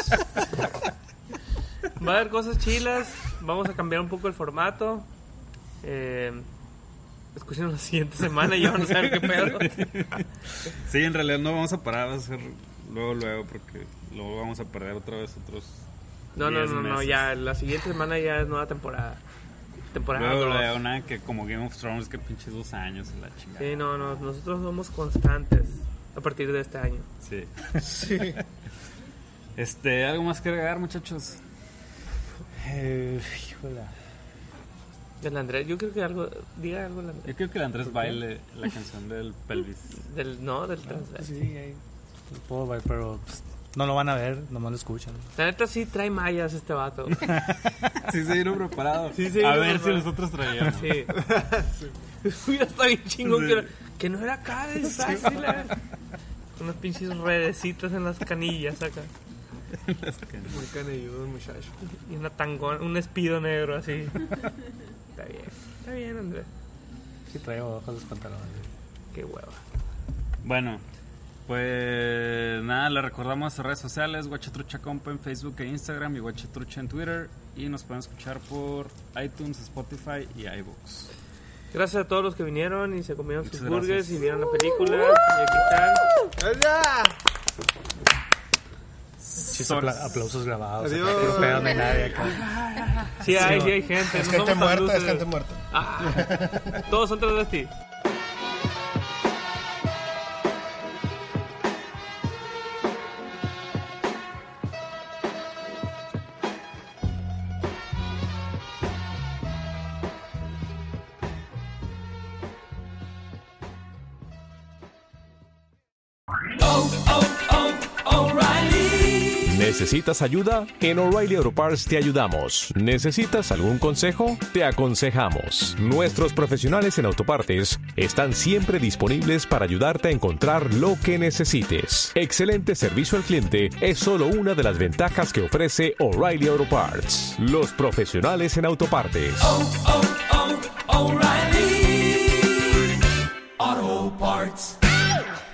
S6: Va a haber cosas chilas, vamos a cambiar un poco el formato. Eh, escuchen la siguiente semana y ya van a saber qué pedo.
S5: Sí, en realidad no vamos a parar, va a ser luego, luego, porque luego vamos a perder otra vez otros
S6: No, no,
S5: diez
S6: no, no,
S5: meses.
S6: ya la siguiente semana ya es nueva temporada. Temporada
S5: Luego
S6: dos.
S5: luego nada que como Game of Thrones que pinches dos años y la chingada.
S6: Sí, no, no, nosotros somos constantes a partir de este año.
S5: Sí.
S8: Sí.
S5: Este, ¿algo más que agregar, muchachos?
S9: Eh, híjole.
S6: Del Andrés, yo creo que algo, diga algo el Andrés.
S5: Yo creo que el Andrés baile la canción del pelvis.
S6: Del, no, del transvesti.
S9: Sí, ahí lo puedo ver, pero pues, no lo van a ver, nomás lo escuchan.
S6: La neta sí trae mallas este vato.
S5: Sí se vino preparado.
S6: Sí se
S5: a
S6: vino
S5: ver si
S6: preparado.
S5: nosotros traíamos.
S6: Sí. Mira, está bien chingón
S5: Sí.
S6: que, era- que no era acá del taxi, la- unas pinches redecitas en las canillas acá.
S7: Muy canelludo, muchacho.
S6: Y una tangón, un espido negro así. Está bien, está bien, Andrés.
S9: Sí, traigo abajo los pantalones.
S6: Qué hueva.
S5: Bueno, pues nada, le recordamos nuestras redes sociales, Guachatrucha Compa en Facebook e Instagram y Guachatrucha en Twitter. Y nos pueden escuchar por iTunes, Spotify y iVoox.
S6: Gracias a todos los que vinieron y se comieron
S5: Muchas
S6: sus burgers
S5: gracias.
S6: y vieron la película. Y aquí están.
S7: ¡Hola!
S9: Sí, son apla- aplausos grabados.
S7: Adiós.
S9: acá, pero pedo, no hay nadie acá.
S6: Sí hay, sí hay gente.
S8: Es
S6: no
S8: gente
S6: somos tan
S8: muerta, es
S6: luces.
S8: gente muerta.
S6: Ah, todos son transvestis.
S15: ¿Necesitas ayuda? En O'Reilly Auto Parts te ayudamos. ¿Necesitas algún consejo? Te aconsejamos. Nuestros profesionales en autopartes están siempre disponibles para ayudarte a encontrar lo que necesites. Excelente servicio al cliente es solo una de las ventajas que ofrece O'Reilly Auto Parts. Los profesionales en autopartes.
S16: Oh, oh, oh, O'Reilly Auto Parts.